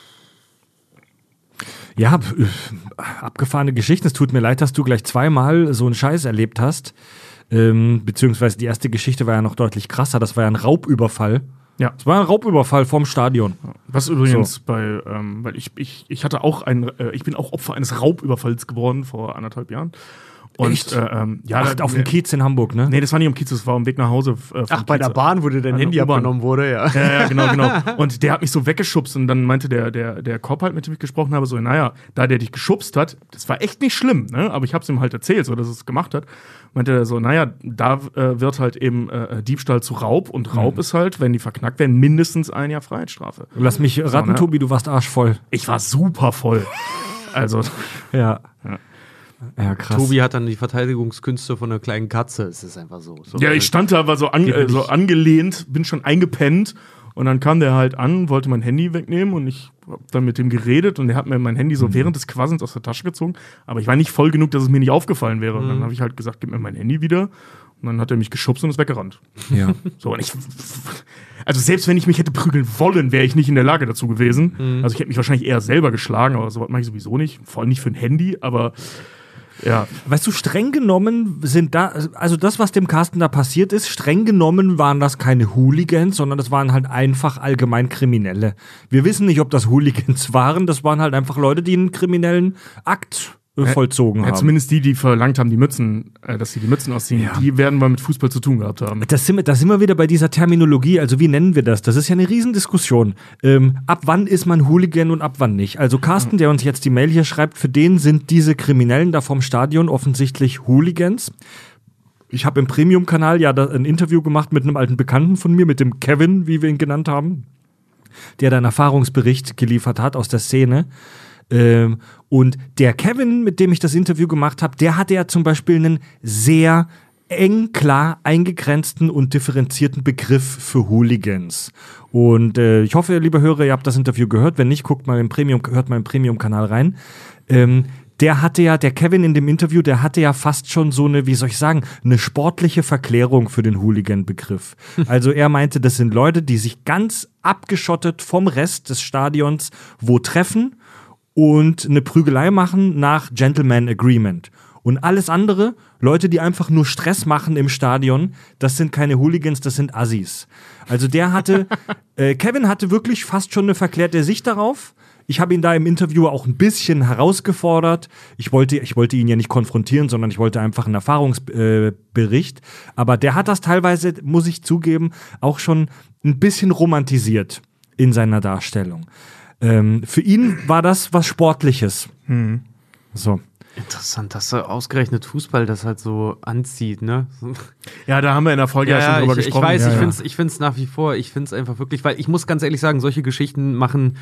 Ja, abgefahrene Geschichten. Es tut mir leid, dass du gleich zweimal so einen Scheiß erlebt hast. Beziehungsweise die erste Geschichte war ja noch deutlich krasser. Das war ja ein Raubüberfall. Ja. Es war ein Raubüberfall vom Stadion. Was übrigens weil ich hatte auch ich bin auch Opfer eines Raubüberfalls geworden vor 1,5 Jahren. Und, echt? Auf dem Kiez in Hamburg, ne? Nee, das war nicht am Kiez, das war am Weg nach Hause. Bei der Bahn, wo dir dein Handy abgenommen wurde, ja. Ja, genau. Und der hat mich so weggeschubst und dann meinte der Cop halt, mit dem ich gesprochen habe, so, naja, da der dich geschubst hat, das war echt nicht schlimm, ne? Aber ich hab's ihm halt erzählt, so, dass es gemacht hat. Meinte er so, naja, da wird halt eben Diebstahl zu Raub und Raub ist halt, wenn die verknackt werden, mindestens 1 Jahr Freiheitsstrafe. Lass mich raten, ne? Tobi, du warst arschvoll. Ich war super voll. Also, ja. Ja, krass. Tobi hat dann die Verteidigungskünste von einer kleinen Katze. Es ist einfach so. Ja, ich stand da, war so angelehnt, bin schon eingepennt und dann kam der halt an, wollte mein Handy wegnehmen und ich hab dann mit dem geredet und der hat mir mein Handy so während des Quassens aus der Tasche gezogen, aber ich war nicht voll genug, dass es mir nicht aufgefallen wäre. Und dann habe ich halt gesagt, gib mir mein Handy wieder und dann hat er mich geschubst und ist weggerannt. Ja. So, und also selbst wenn ich mich hätte prügeln wollen, wäre ich nicht in der Lage dazu gewesen. Also ich hätte mich wahrscheinlich eher selber geschlagen, aber sowas mache ich sowieso nicht. Vor allem nicht für ein Handy, aber ja. Weißt du, streng genommen sind also das, was dem Carsten da passiert ist, streng genommen waren das keine Hooligans, sondern das waren halt einfach allgemein Kriminelle. Wir wissen nicht, ob das Hooligans waren, das waren halt einfach Leute, die einen kriminellen Akt vollzogen haben. Zumindest die verlangt haben, dass sie die Mützen ausziehen, die werden mal mit Fußball zu tun gehabt haben. Da sind wir wieder bei dieser Terminologie, also wie nennen wir das? Das ist ja eine Riesendiskussion. Ab wann ist man Hooligan und ab wann nicht? Also Carsten, der uns jetzt die Mail hier schreibt, für den sind diese Kriminellen da vom Stadion offensichtlich Hooligans. Ich habe im Premium-Kanal ja ein Interview gemacht mit einem alten Bekannten von mir, mit dem Kevin, wie wir ihn genannt haben, der da einen Erfahrungsbericht geliefert hat aus der Szene. Und der Kevin, mit dem ich das Interview gemacht habe, der hatte ja zum Beispiel einen sehr eng, klar eingegrenzten und differenzierten Begriff für Hooligans. Und ich hoffe, liebe Hörer, ihr habt das Interview gehört. Wenn nicht, hört mal im Premium-Kanal rein. Der Kevin in dem Interview, der hatte ja fast schon so eine, wie soll ich sagen, eine sportliche Verklärung für den Hooligan-Begriff. Also er meinte, das sind Leute, die sich ganz abgeschottet vom Rest des Stadions wo treffen und eine Prügelei machen nach Gentleman Agreement. Und alles andere, Leute, die einfach nur Stress machen im Stadion, das sind keine Hooligans, das sind Assis. Also Kevin hatte wirklich fast schon eine verklärte Sicht darauf. Ich habe ihn da im Interview auch ein bisschen herausgefordert. Ich wollte ihn ja nicht konfrontieren, sondern ich wollte einfach einen Erfahrungsbericht. Aber der hat das teilweise, muss ich zugeben, auch schon ein bisschen romantisiert in seiner Darstellung. Für ihn war das was Sportliches. So. Interessant, dass ausgerechnet Fußball das halt so anzieht, ne? Ja, da haben wir in der Folge schon drüber gesprochen. Ich weiß, ich finde es nach wie vor, ich finde es einfach wirklich, weil ich muss ganz ehrlich sagen, solche Geschichten machen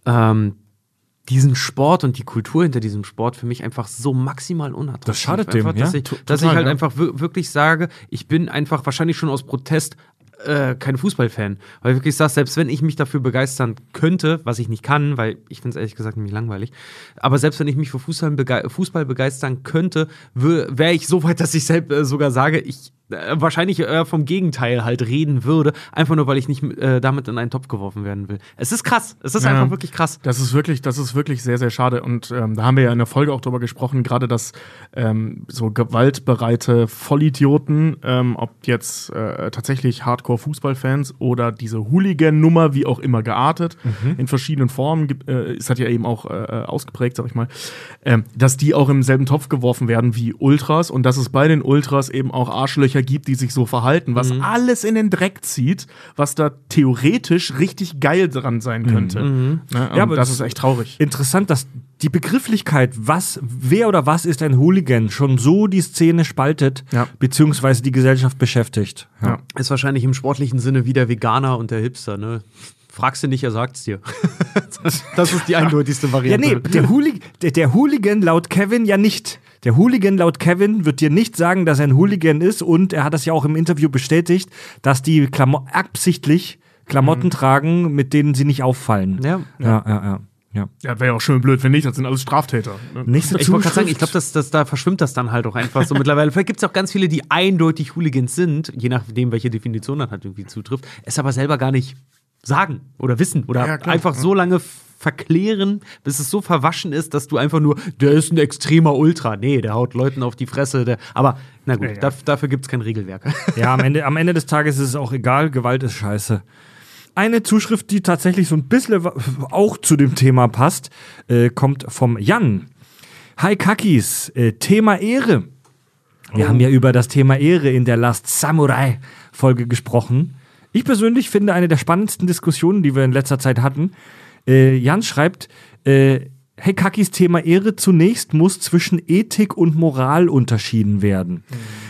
diesen Sport und die Kultur hinter diesem Sport für mich einfach so maximal unattraktiv. Das schadet dem, dass ich halt einfach wirklich sage, ich bin einfach wahrscheinlich schon aus Protest kein Fußballfan. Weil ich wirklich sage, selbst wenn ich mich dafür begeistern könnte, was ich nicht kann, weil ich finde es ehrlich gesagt nämlich langweilig, aber selbst wenn ich mich für Fußball begeistern könnte, wäre ich so weit, dass ich selbst sogar sage, ich wahrscheinlich eher vom Gegenteil halt reden würde, einfach nur, weil ich nicht damit in einen Topf geworfen werden will. Es ist krass. Es ist einfach wirklich krass. Das ist wirklich sehr, sehr schade. Und da haben wir ja in der Folge auch drüber gesprochen, gerade dass so gewaltbereite Vollidioten, ob jetzt tatsächlich Hardcore-Fußballfans oder diese Hooligan-Nummer, wie auch immer geartet, in verschiedenen Formen, es hat ja eben auch ausgeprägt, sag ich mal, dass die auch im selben Topf geworfen werden wie Ultras und dass es bei den Ultras eben auch Arschlöcher gibt, die sich so verhalten, was alles in den Dreck zieht, was da theoretisch richtig geil dran sein könnte. Ne? Ja, aber das ist echt traurig. Interessant, dass die Begrifflichkeit, wer oder was ist ein Hooligan, schon so die Szene spaltet, beziehungsweise die Gesellschaft beschäftigt. Ja. Ist wahrscheinlich im sportlichen Sinne wie der Veganer und der Hipster, ne? Fragst du nicht, er sagt's dir. Das ist die eindeutigste Variante. Ja, nee, der Hooligan laut Kevin ja nicht. Der Hooligan laut Kevin wird dir nicht sagen, dass er ein Hooligan ist und er hat das ja auch im Interview bestätigt, dass die absichtlich Klamotten tragen, mit denen sie nicht auffallen. Ja. Ja, wäre ja auch schön blöd, wenn nicht, das sind alles Straftäter. Ne? Nächste ich wollte gerade sagen, ich glaube, da verschwimmt das dann halt auch einfach so mittlerweile. Vielleicht gibt es auch ganz viele, die eindeutig Hooligans sind, je nachdem, welche Definition dann halt irgendwie zutrifft, es aber selber gar nicht sagen oder wissen oder einfach so lange verklären, bis es so verwaschen ist, dass du einfach nur, der ist ein extremer Ultra. Nee, der haut Leuten auf die Fresse. Aber na gut, dafür gibt es kein Regelwerk. Ja, am Ende des Tages ist es auch egal, Gewalt ist scheiße. Eine Zuschrift, die tatsächlich so ein bisschen auch zu dem Thema passt, kommt vom Jan. Hi Kakis, Thema Ehre. Wir haben ja über das Thema Ehre in der Last Samurai Folge gesprochen. Ich persönlich finde eine der spannendsten Diskussionen, die wir in letzter Zeit hatten. Jan schreibt, hey Kakis, Thema Ehre, zunächst muss zwischen Ethik und Moral unterschieden werden.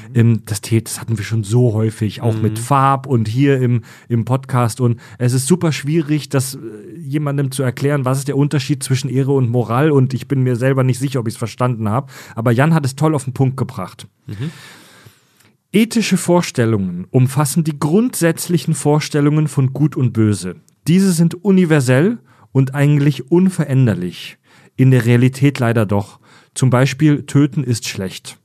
Das hatten wir schon so häufig, auch mit Farb und hier im Podcast. Und es ist super schwierig, das jemandem zu erklären, was ist der Unterschied zwischen Ehre und Moral. Und ich bin mir selber nicht sicher, ob ich es verstanden habe. Aber Jan hat es toll auf den Punkt gebracht. Ethische Vorstellungen umfassen die grundsätzlichen Vorstellungen von Gut und Böse. Diese sind universell und eigentlich unveränderlich. In der Realität leider doch. Zum Beispiel, Töten ist schlecht.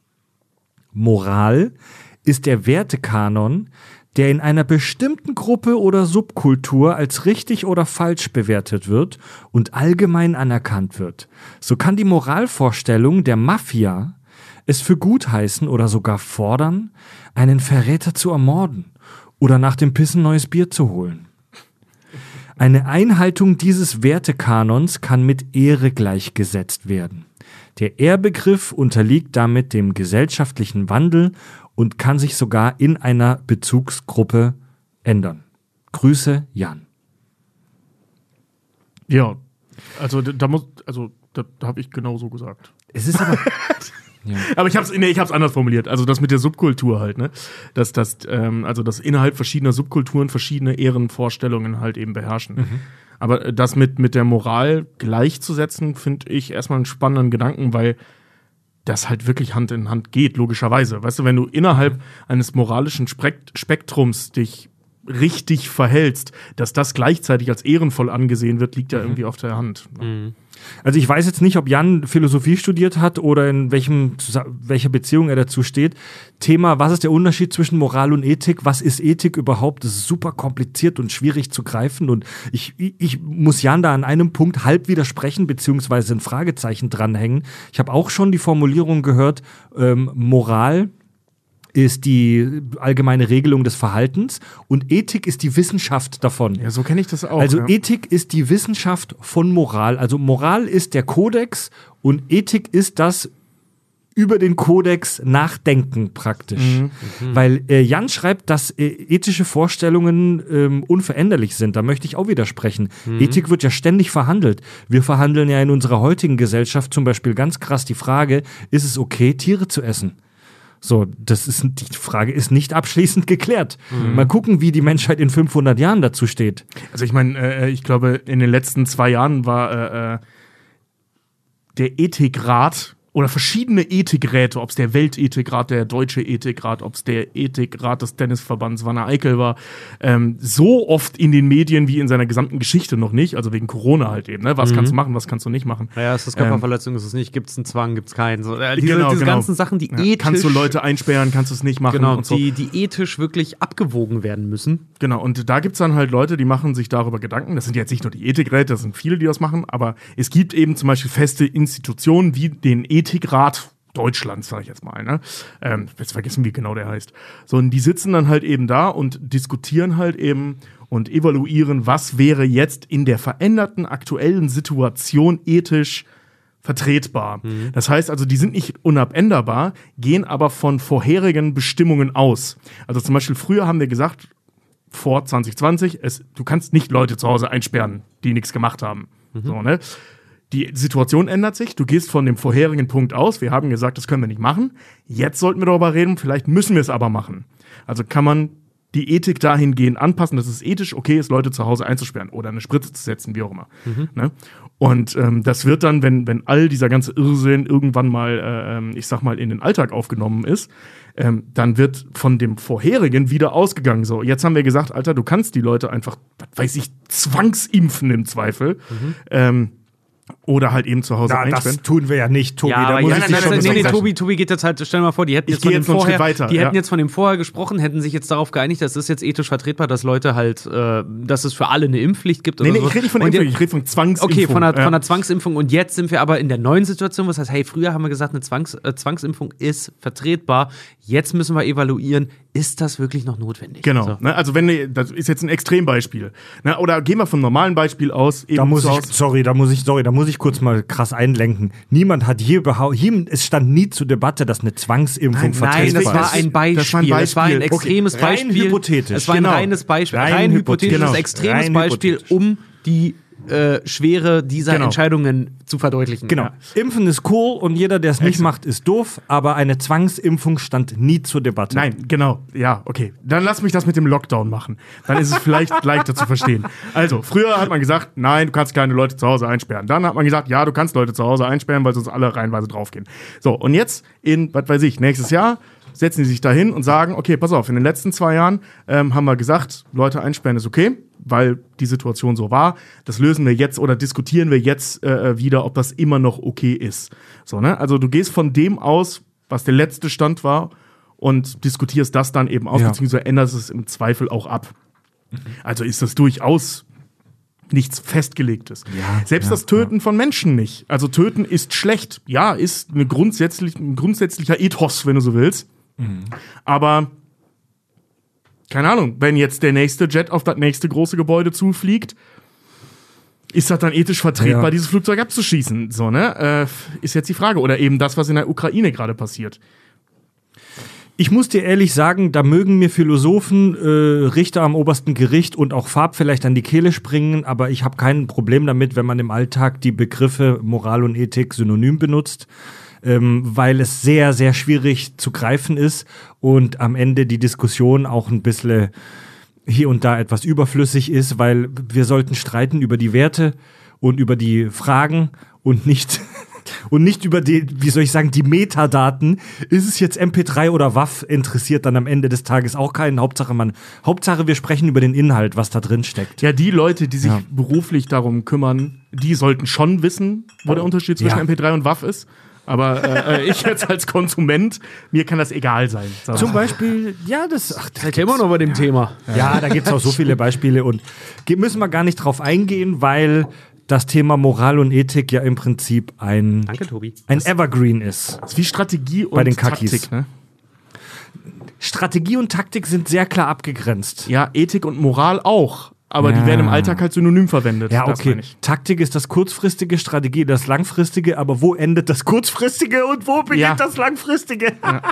Moral ist der Wertekanon, der in einer bestimmten Gruppe oder Subkultur als richtig oder falsch bewertet wird und allgemein anerkannt wird. So kann die Moralvorstellung der Mafia es für gut heißen oder sogar fordern, einen Verräter zu ermorden oder nach dem Pissen neues Bier zu holen. Eine Einhaltung dieses Wertekanons kann mit Ehre gleichgesetzt werden. Der Ehrbegriff unterliegt damit dem gesellschaftlichen Wandel und kann sich sogar in einer Bezugsgruppe ändern. Grüße, Jan. Ja, also da habe ich genauso gesagt. Es ist aber... Ja. Aber ich hab's anders formuliert. Also das mit der Subkultur halt, ne? Dass innerhalb verschiedener Subkulturen verschiedene Ehrenvorstellungen halt eben beherrschen. Aber das mit der Moral gleichzusetzen, finde ich erstmal einen spannenden Gedanken, weil das halt wirklich Hand in Hand geht, logischerweise. Weißt du, wenn du innerhalb eines moralischen Spektrums dich richtig verhältst, dass das gleichzeitig als ehrenvoll angesehen wird, liegt ja irgendwie auf der Hand. Also ich weiß jetzt nicht, ob Jan Philosophie studiert hat oder in welcher Beziehung er dazu steht. Thema, was ist der Unterschied zwischen Moral und Ethik? Was ist Ethik überhaupt? Das ist super kompliziert und schwierig zu greifen und ich muss Jan da an einem Punkt halb widersprechen, beziehungsweise ein Fragezeichen dranhängen. Ich habe auch schon die Formulierung gehört, Moral ist die allgemeine Regelung des Verhaltens und Ethik ist die Wissenschaft davon. Ja, so kenne ich das auch. Also Ethik ist die Wissenschaft von Moral. Also Moral ist der Kodex und Ethik ist das über den Kodex nachdenken praktisch. Weil Jan schreibt, dass ethische Vorstellungen unveränderlich sind. Da möchte ich auch widersprechen. Ethik wird ja ständig verhandelt. Wir verhandeln ja in unserer heutigen Gesellschaft zum Beispiel ganz krass die Frage, ist es okay, Tiere zu essen? So, die Frage ist nicht abschließend geklärt. Mal gucken, wie die Menschheit in 500 Jahren dazu steht. Also ich meine, ich glaube, in den letzten 2 Jahren war der Ethikrat oder verschiedene Ethikräte, ob es der Weltethikrat, der Deutsche Ethikrat, ob es der Ethikrat des Tennisverbands Wanne Eickel war, so oft in den Medien wie in seiner gesamten Geschichte noch nicht, also wegen Corona halt eben, ne? Was kannst du machen, was kannst du nicht machen. Ja, ist das Körperverletzung, ist es nicht, gibt es einen Zwang, gibt es keinen. So, diese genau. ganzen Sachen, die ethisch... Kannst du Leute einsperren, kannst du es nicht machen genau, und so. die ethisch wirklich abgewogen werden müssen. Genau, und da gibt es dann halt Leute, die machen sich darüber Gedanken. Das sind jetzt nicht nur die Ethikräte, das sind viele, die das machen, aber es gibt eben zum Beispiel feste Institutionen wie den Ethikrat Deutschlands, sag ich jetzt mal, ne? Jetzt vergessen, wie genau der heißt. So, und die sitzen dann halt eben da und diskutieren halt eben und evaluieren, was wäre jetzt in der veränderten aktuellen Situation ethisch vertretbar. Das heißt also, die sind nicht unabänderbar, gehen aber von vorherigen Bestimmungen aus. Also zum Beispiel früher haben wir gesagt, vor 2020, du kannst nicht Leute zu Hause einsperren, die nichts gemacht haben. So, ne? Die Situation ändert sich, du gehst von dem vorherigen Punkt aus, wir haben gesagt, das können wir nicht machen, jetzt sollten wir darüber reden, vielleicht müssen wir es aber machen. Also kann man die Ethik dahingehend anpassen, dass es ethisch okay ist, Leute zu Hause einzusperren oder eine Spritze zu setzen, wie auch immer. Ne? Und das wird dann, wenn all dieser ganze Irrsinn irgendwann mal, ich sag mal, in den Alltag aufgenommen ist, dann wird von dem vorherigen wieder ausgegangen. So, jetzt haben wir gesagt, Alter, du kannst die Leute einfach, was weiß ich, zwangsimpfen im Zweifel. Oder halt eben zu Hause einsperren. Das tun wir ja nicht, Tobi. Ja, da muss ich schon Tobi geht jetzt halt, stell dir mal vor, die hätten jetzt hätten jetzt von dem vorher gesprochen, hätten sich jetzt darauf geeinigt, das ist jetzt ethisch vertretbar, dass Leute halt, dass es für alle eine Impfpflicht gibt. Nee, ich rede nicht von Impfung, ich rede von Zwangsimpfung. Okay, von einer Zwangsimpfung. Und jetzt sind wir aber in der neuen Situation, was heißt, hey, früher haben wir gesagt, eine Zwangsimpfung ist vertretbar. Jetzt müssen wir evaluieren, ist das wirklich noch notwendig? Genau. So. Ne, also das ist jetzt ein Extrembeispiel. Ne, oder gehen wir vom normalen Beispiel aus. Da muss ich kurz mal krass einlenken. Niemand hat es stand nie zur Debatte, dass eine Zwangsimpfung vertretbar ist. Nein, das war ein Beispiel. Das war ein extremes Beispiel. Rein hypothetisch. Es war ein reines Beispiel. Rein hypothetisches, extremes Beispiel, um die Schwere dieser Entscheidungen zu verdeutlichen. Genau. Ja. Impfen ist cool und jeder, der es nicht macht, ist doof, aber eine Zwangsimpfung stand nie zur Debatte. Nein, genau. Ja, okay. Dann lass mich das mit dem Lockdown machen. Dann ist es vielleicht leichter zu verstehen. Also, früher hat man gesagt, nein, du kannst keine Leute zu Hause einsperren. Dann hat man gesagt, ja, du kannst Leute zu Hause einsperren, weil sonst alle reihenweise draufgehen. So, und jetzt was weiß ich, nächstes Jahr setzen die sich da hin und sagen, okay, pass auf, in den letzten 2 Jahren haben wir gesagt, Leute einsperren ist okay, weil die Situation so war. Das lösen wir jetzt oder diskutieren wir jetzt wieder, ob das immer noch okay ist. So, ne? Also du gehst von dem aus, was der letzte Stand war und diskutierst das dann eben aus, beziehungsweise änderst es im Zweifel auch ab. Also ist das durchaus nichts Festgelegtes. Selbst das Töten von Menschen nicht. Also Töten ist schlecht. Ja, ist ein grundsätzlicher Ethos, wenn du so willst. Aber keine Ahnung, wenn jetzt der nächste Jet auf das nächste große Gebäude zufliegt, ist das dann ethisch vertretbar, dieses Flugzeug abzuschießen? So, ne? Ist jetzt die Frage. Oder eben das, was in der Ukraine gerade passiert. Ich muss dir ehrlich sagen, da mögen mir Philosophen, Richter am obersten Gericht und auch Farb vielleicht an die Kehle springen, aber ich habe kein Problem damit, wenn man im Alltag die Begriffe Moral und Ethik synonym benutzt, weil es sehr, sehr schwierig zu greifen ist und am Ende die Diskussion auch ein bisschen hier und da etwas überflüssig ist, weil wir sollten streiten über die Werte und über die Fragen und nicht über die, wie soll ich sagen, die Metadaten. Ist es jetzt MP3 oder WAV, interessiert dann am Ende des Tages auch keinen. Hauptsache wir sprechen über den Inhalt, was da drin steckt. Ja, die Leute, die sich beruflich darum kümmern, die sollten schon wissen, wo der Unterschied zwischen MP3 und WAV ist. Aber ich jetzt als Konsument, mir kann das egal sein. Zum Beispiel, das seid ihr immer noch bei dem Thema. Ja, da gibt es auch so viele Beispiele und müssen wir gar nicht drauf eingehen, weil das Thema Moral und Ethik ja im Prinzip ein Evergreen ist. Das ist wie Strategie und bei den Taktik, ne? Strategie und Taktik sind sehr klar abgegrenzt. Ja, Ethik und Moral auch. Aber die werden im Alltag halt synonym verwendet. Ja, okay. Taktik ist das kurzfristige, Strategie das langfristige, aber wo endet das kurzfristige und wo beginnt das langfristige?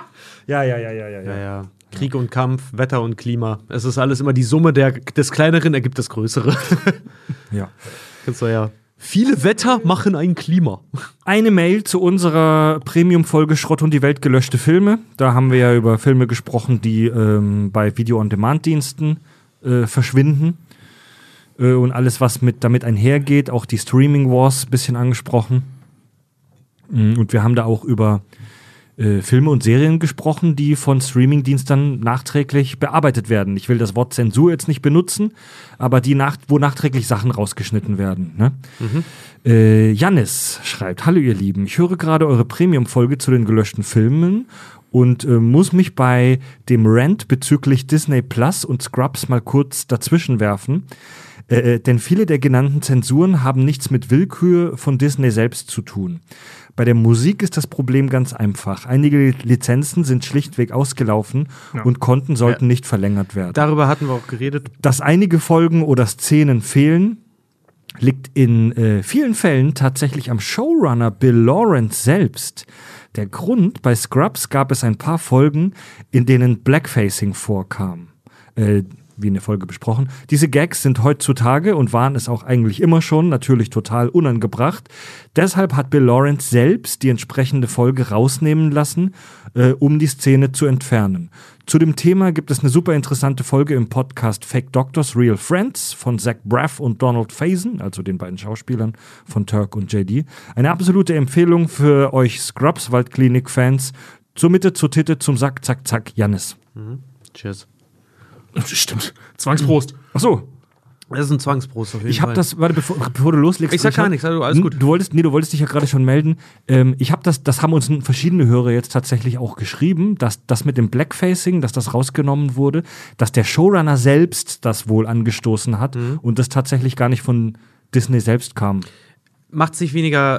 Ja. Krieg und Kampf, Wetter und Klima. Es ist alles immer die Summe des Kleineren ergibt das Größere. Ja. Viele Wetter machen ein Klima. Eine Mail zu unserer Premium-Folge Schrott und die Welt gelöschte Filme. Da haben wir ja über Filme gesprochen, die bei Video-on-Demand-Diensten verschwinden. Und alles, was damit einhergeht, auch die Streaming Wars ein bisschen angesprochen. Und wir haben da auch über Filme und Serien gesprochen, die von Streamingdiensten nachträglich bearbeitet werden. Ich will das Wort Zensur jetzt nicht benutzen, aber wo nachträglich Sachen rausgeschnitten werden. Ne? Jannis schreibt: Hallo ihr Lieben, ich höre gerade eure Premium-Folge zu den gelöschten Filmen und muss mich bei dem Rant bezüglich Disney Plus und Scrubs mal kurz dazwischen werfen. Denn viele der genannten Zensuren haben nichts mit Willkür von Disney selbst zu tun. Bei der Musik ist das Problem ganz einfach. Einige Lizenzen sind schlichtweg ausgelaufen und Konten sollten nicht verlängert werden. Darüber hatten wir auch geredet. Dass einige Folgen oder Szenen fehlen, liegt in vielen Fällen tatsächlich am Showrunner Bill Lawrence selbst. Der Grund: Bei Scrubs gab es ein paar Folgen, in denen Blackfacing vorkam. Wie in der Folge besprochen. Diese Gags sind heutzutage und waren es auch eigentlich immer schon natürlich total unangebracht. Deshalb hat Bill Lawrence selbst die entsprechende Folge rausnehmen lassen, um die Szene zu entfernen. Zu dem Thema gibt es eine super interessante Folge im Podcast Fake Doctors, Real Friends von Zach Braff und Donald Faison, also den beiden Schauspielern von Turk und JD. Eine absolute Empfehlung für euch Scrubs Waldklinik-Fans. Zur Mitte, zur Titte, zum Sack, zack, zack, Jannis. Cheers. Stimmt. Zwangsprost. Ach so. Das ist ein Zwangsprost auf jeden Fall. Ich habe das, warte, bevor du loslegst. Ich sag gar nichts, also alles gut. Du wolltest dich ja gerade schon melden. Ich habe das haben uns verschiedene Hörer jetzt tatsächlich auch geschrieben, dass das mit dem Blackfacing, dass das rausgenommen wurde, dass der Showrunner selbst das wohl angestoßen hat und das tatsächlich gar nicht von Disney selbst kam. Macht's nicht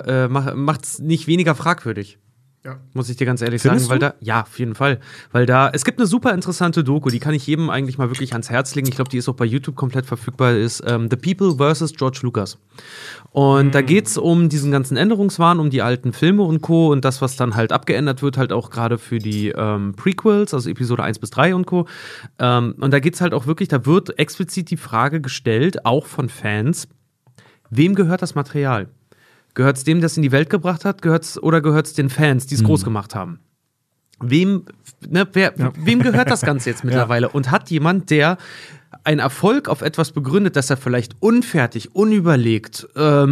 weniger fragwürdig. Ja. Muss ich dir ganz ehrlich Findest sagen, ja, auf jeden Fall. Weil es gibt eine super interessante Doku, die kann ich jedem eigentlich mal wirklich ans Herz legen. Ich glaube, die ist auch bei YouTube komplett verfügbar, ist The People vs. George Lucas. Und da geht's um diesen ganzen Änderungswahn, um die alten Filme und Co. und das, was dann halt abgeändert wird, halt auch gerade für die Prequels, also Episode 1 bis 3 und Co. Und da geht's halt auch wirklich, da wird explizit die Frage gestellt, auch von Fans, wem gehört das Material? Gehört es dem, der es in die Welt gebracht hat, oder gehört es den Fans, die es groß gemacht haben? Wem gehört das Ganze jetzt mittlerweile? Und hat jemand, der einen Erfolg auf etwas begründet, dass er vielleicht unfertig, unüberlegt,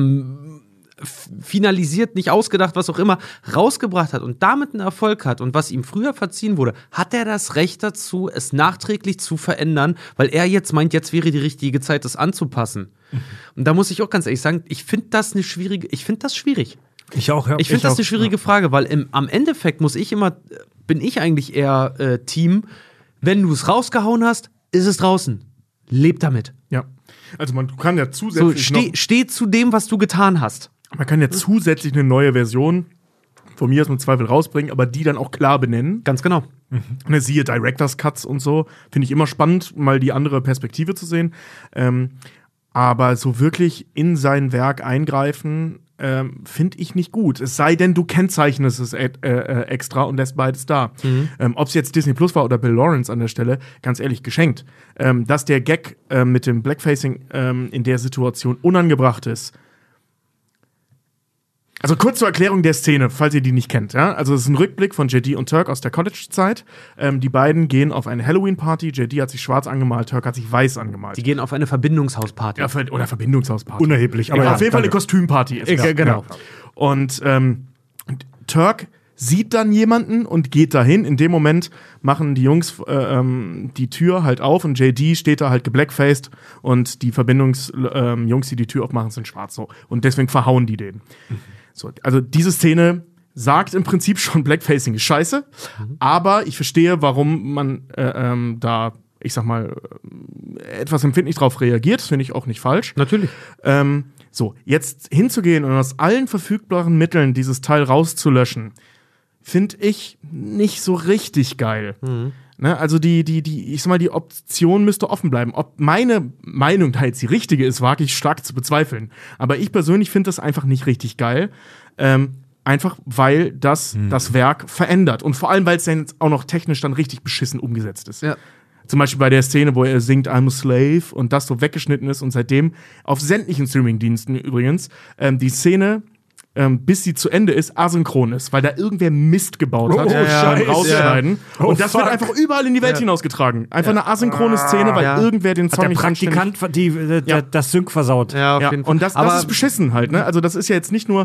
finalisiert, nicht ausgedacht, was auch immer, rausgebracht hat und damit einen Erfolg hat und was ihm früher verziehen wurde, hat er das Recht dazu, es nachträglich zu verändern, weil er jetzt meint, jetzt wäre die richtige Zeit, das anzupassen. Und da muss ich auch ganz ehrlich sagen, ich finde das schwierig. Ich auch, ja. Ich finde das eine schwierige Frage, weil am Endeffekt bin ich eigentlich eher Team, wenn du es rausgehauen hast, ist es draußen. Leb damit. Ja. Also man kann ja zusätzlich steh zu dem, was du getan hast. Man kann ja zusätzlich eine neue Version von mir aus im Zweifel rausbringen, aber die dann auch klar benennen. Ganz genau. Siehe Director's Cuts und so. Finde ich immer spannend, mal die andere Perspektive zu sehen. Aber so wirklich in sein Werk eingreifen, finde ich nicht gut. Es sei denn, du kennzeichnest es extra und lässt beides da. Ob es jetzt Disney Plus war oder Bill Lawrence an der Stelle, ganz ehrlich, geschenkt. Dass der Gag mit dem Blackfacing in der Situation unangebracht ist. Also kurz zur Erklärung der Szene, falls ihr die nicht kennt. Ja? Also es ist ein Rückblick von JD und Turk aus der College-Zeit. Die beiden gehen auf eine Halloween-Party. JD hat sich schwarz angemalt, Turk hat sich weiß angemalt. Die gehen auf eine Verbindungshausparty. Ja, oder Verbindungshausparty. Unerheblich. Aber auf jeden Fall eine Kostümparty ist es. Genau. Und Turk sieht dann jemanden und geht dahin. In dem Moment machen die Jungs die Tür halt auf und JD steht da halt geblackfaced und die Jungs, die Tür aufmachen, sind schwarz. So. Und deswegen verhauen die den. So, also diese Szene sagt im Prinzip schon, Blackfacing ist scheiße, aber ich verstehe, warum man da, ich sag mal, etwas empfindlich drauf reagiert. Das finde ich auch nicht falsch. Natürlich. So, jetzt hinzugehen und aus allen verfügbaren Mitteln dieses Teil rauszulöschen, finde ich nicht so richtig geil. Ne, also ich sag mal, die Option müsste offen bleiben. Ob meine Meinung da jetzt die richtige ist, wage ich stark zu bezweifeln. Aber ich persönlich finde das einfach nicht richtig geil. Einfach, weil das Werk verändert. Und vor allem, weil es dann auch noch technisch dann richtig beschissen umgesetzt ist. Ja. Zum Beispiel bei der Szene, wo er singt I'm a Slave und das so weggeschnitten ist und seitdem auf sämtlichen Streamingdiensten übrigens die Szene bis sie zu Ende ist, asynchron ist, weil da irgendwer Mist gebaut hat beim Rausschneiden. Ja. Und das wird einfach überall in die Welt hinausgetragen. Einfach eine asynchrone Szene, weil irgendwer den Song nicht Praktikant das Sync versaut. Ja, auf jeden Fall. Und das ist beschissen halt. Ne? Also das ist ja jetzt nicht nur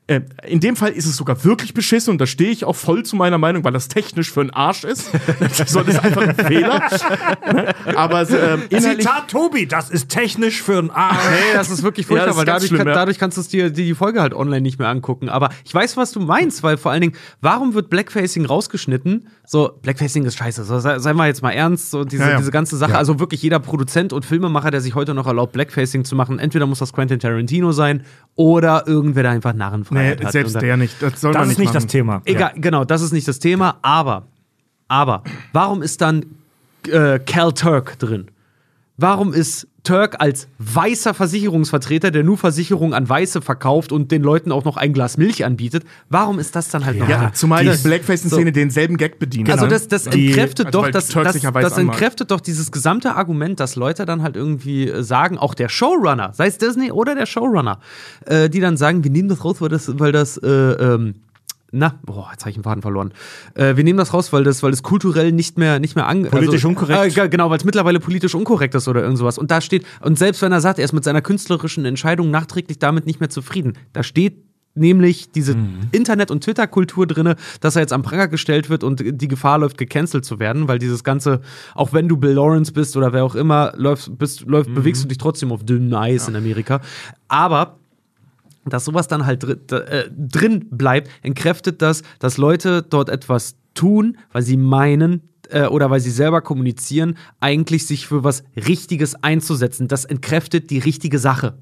In dem Fall ist es sogar wirklich beschissen und da stehe ich auch voll zu meiner Meinung, weil das technisch für einen Arsch ist. Das ist einfach ein Fehler. Aber Zitat Tobi, das ist technisch für einen Arsch. Nee, das ist wirklich furchtbar, weil dadurch kannst du dir die Folge halt online nicht mehr angucken. Aber ich weiß, was du meinst, weil vor allen Dingen, warum wird Blackfacing rausgeschnitten? So, Blackfacing ist scheiße. So, seien wir jetzt mal ernst, so diese ganze Sache. Ja. Also wirklich jeder Produzent und Filmemacher, der sich heute noch erlaubt, Blackfacing zu machen, entweder muss das Quentin Tarantino sein oder irgendwer, der einfach Narrenfreiheit hat. Selbst der nicht. Das soll man ist nicht das Thema. Egal, genau, das ist nicht das Thema. Aber, warum ist dann Cal Turk drin? Warum ist Turk als weißer Versicherungsvertreter, der nur Versicherungen an Weiße verkauft und den Leuten auch noch ein Glas Milch anbietet, warum ist das dann halt noch da? Zumal die Blackfacing-Szene denselben Gag bedient. Also das entkräftet das entkräftet doch dieses gesamte Argument, dass Leute dann halt irgendwie sagen, auch der Showrunner, sei es Disney oder der Showrunner, die dann sagen, wir nehmen das raus, weil das jetzt habe ich den Faden verloren. Wir nehmen das raus, weil das kulturell nicht mehr politisch unkorrekt. Genau, weil es mittlerweile politisch unkorrekt ist oder irgend sowas. Und da steht, und selbst wenn er sagt, er ist mit seiner künstlerischen Entscheidung nachträglich damit nicht mehr zufrieden, da steht nämlich diese Internet- und Twitter-Kultur drin, dass er jetzt am Pranger gestellt wird und die Gefahr läuft, gecancelt zu werden, weil dieses Ganze, auch wenn du Bill Lawrence bist oder wer auch immer, bewegst du dich trotzdem auf dünnem Eis in Amerika. Aber dass sowas dann halt drin bleibt, entkräftet das, dass Leute dort etwas tun, weil sie meinen oder weil sie selber kommunizieren, eigentlich sich für was Richtiges einzusetzen. Das entkräftet die richtige Sache.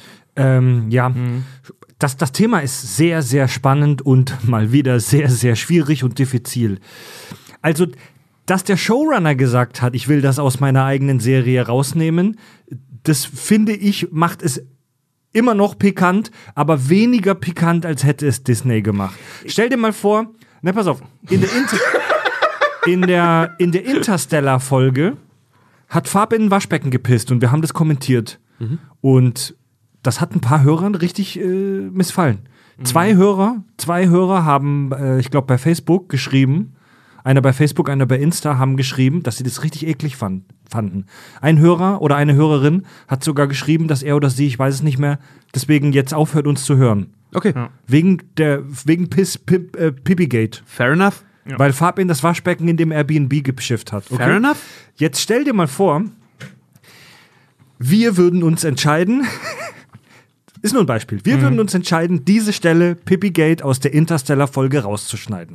Das Thema ist sehr, sehr spannend und mal wieder sehr, sehr schwierig und diffizil. Also, dass der Showrunner gesagt hat, ich will das aus meiner eigenen Serie rausnehmen, das finde ich, macht es immer noch pikant, aber weniger pikant, als hätte es Disney gemacht. Stell dir mal vor, pass auf, in der Interstellar-Folge hat Farb in ein Waschbecken gepisst und wir haben das kommentiert. Und das hat ein paar Hörern richtig missfallen. Zwei Hörer haben, ich glaube, bei Facebook geschrieben, einer bei Facebook, einer bei Insta, haben geschrieben, dass sie das richtig eklig fanden. Ein Hörer oder eine Hörerin hat sogar geschrieben, dass er oder sie, ich weiß es nicht mehr, deswegen jetzt aufhört, uns zu hören. Okay. Ja. Wegen Pipigate. Fair enough. Ja. Weil Farb in das Waschbecken in dem Airbnb geschifft hat. Okay? Fair enough. Jetzt stell dir mal vor, wir würden uns entscheiden, ist nur ein Beispiel, wir würden uns entscheiden, diese Stelle Pipigate aus der Interstellar-Folge rauszuschneiden.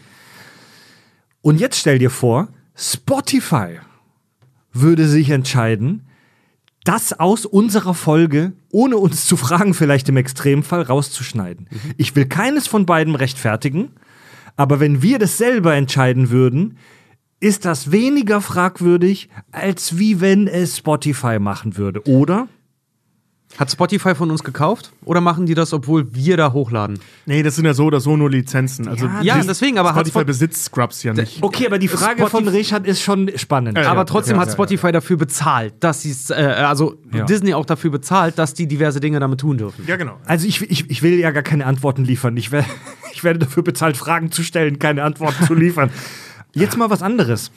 Und jetzt stell dir vor, Spotify würde sich entscheiden, das aus unserer Folge, ohne uns zu fragen, vielleicht im Extremfall, rauszuschneiden. Ich will keines von beiden rechtfertigen, aber wenn wir das selber entscheiden würden, ist das weniger fragwürdig, als wie wenn es Spotify machen würde, oder? Hat Spotify von uns gekauft? Oder machen die das, obwohl wir da hochladen? Nee, das sind ja so oder so nur Lizenzen. Also deswegen, aber Spotify besitzt Scrubs ja nicht. Okay, aber die Frage von Richard ist schon spannend. Aber trotzdem hat Spotify dafür bezahlt, dass sie Disney auch dafür bezahlt, dass die diverse Dinge damit tun dürfen. Ja, genau. Also ich will ja gar keine Antworten liefern. Ich werde dafür bezahlt, Fragen zu stellen, keine Antworten zu liefern. Jetzt mal was anderes.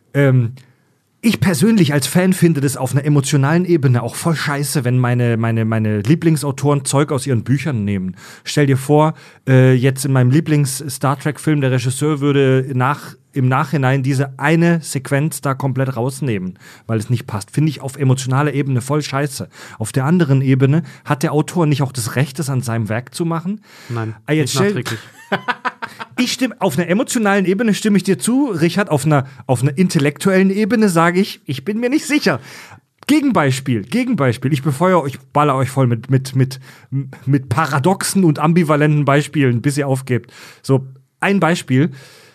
Ich persönlich als Fan finde das auf einer emotionalen Ebene auch voll scheiße, wenn meine Lieblingsautoren Zeug aus ihren Büchern nehmen. Stell dir vor, jetzt in meinem Lieblings-Star Trek-Film, der Regisseur würde im Nachhinein diese eine Sequenz da komplett rausnehmen, weil es nicht passt. Finde ich auf emotionaler Ebene voll scheiße. Auf der anderen Ebene hat der Autor nicht auch das Recht, es an seinem Werk zu machen? Nein, nicht nachträglich. Auf einer emotionalen Ebene stimme ich dir zu, Richard. Auf einer intellektuellen Ebene sage ich bin mir nicht sicher. Gegenbeispiel. Ich befeuere euch, baller euch voll mit paradoxen und ambivalenten Beispielen, bis ihr aufgebt. So, ein Beispiel.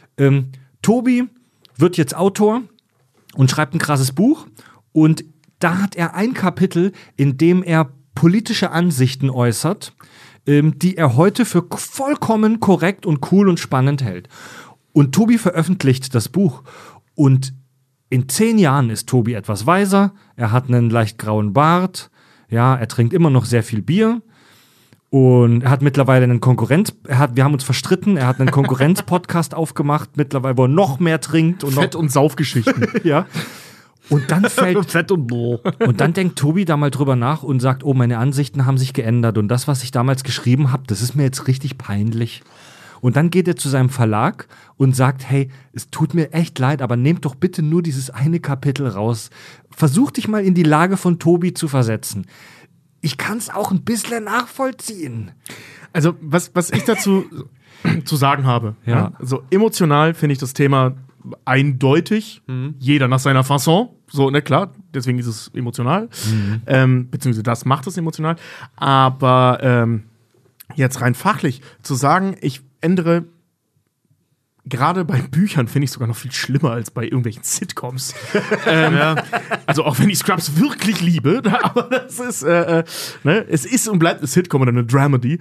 Tobi wird jetzt Autor und schreibt ein krasses Buch. Und da hat er ein Kapitel, in dem er politische Ansichten äußert, die er heute für vollkommen korrekt und cool und spannend hält. Und Tobi veröffentlicht das Buch. Und in 10 Jahren ist Tobi etwas weiser. Er hat einen leicht grauen Bart. Ja, er trinkt immer noch sehr viel Bier. Und er hat mittlerweile wir haben uns verstritten. Er hat einen Konkurrenz-Podcast aufgemacht, mittlerweile, wo er noch mehr trinkt. Und Fett- und Saufgeschichten. Ja. Und dann fällt Fett und Bo. Und dann denkt Tobi da mal drüber nach und sagt, oh, meine Ansichten haben sich geändert und das, was ich damals geschrieben habe, das ist mir jetzt richtig peinlich. Und dann geht er zu seinem Verlag und sagt, hey, es tut mir echt leid, aber nehmt doch bitte nur dieses eine Kapitel raus. Versuch dich mal in die Lage von Tobi zu versetzen. Ich kann es auch ein bisschen nachvollziehen. Also, was ich dazu zu sagen habe, Ja. so emotional finde ich das Thema eindeutig, jeder nach seiner Fasson, so, ne, klar, deswegen ist es emotional, beziehungsweise das macht es emotional, aber jetzt rein fachlich zu sagen, ich ändere gerade bei Büchern finde ich sogar noch viel schlimmer als bei irgendwelchen Sitcoms. Also auch wenn ich Scrubs wirklich liebe, aber das ist, ne, es ist und bleibt eine Sitcom oder eine Dramedy.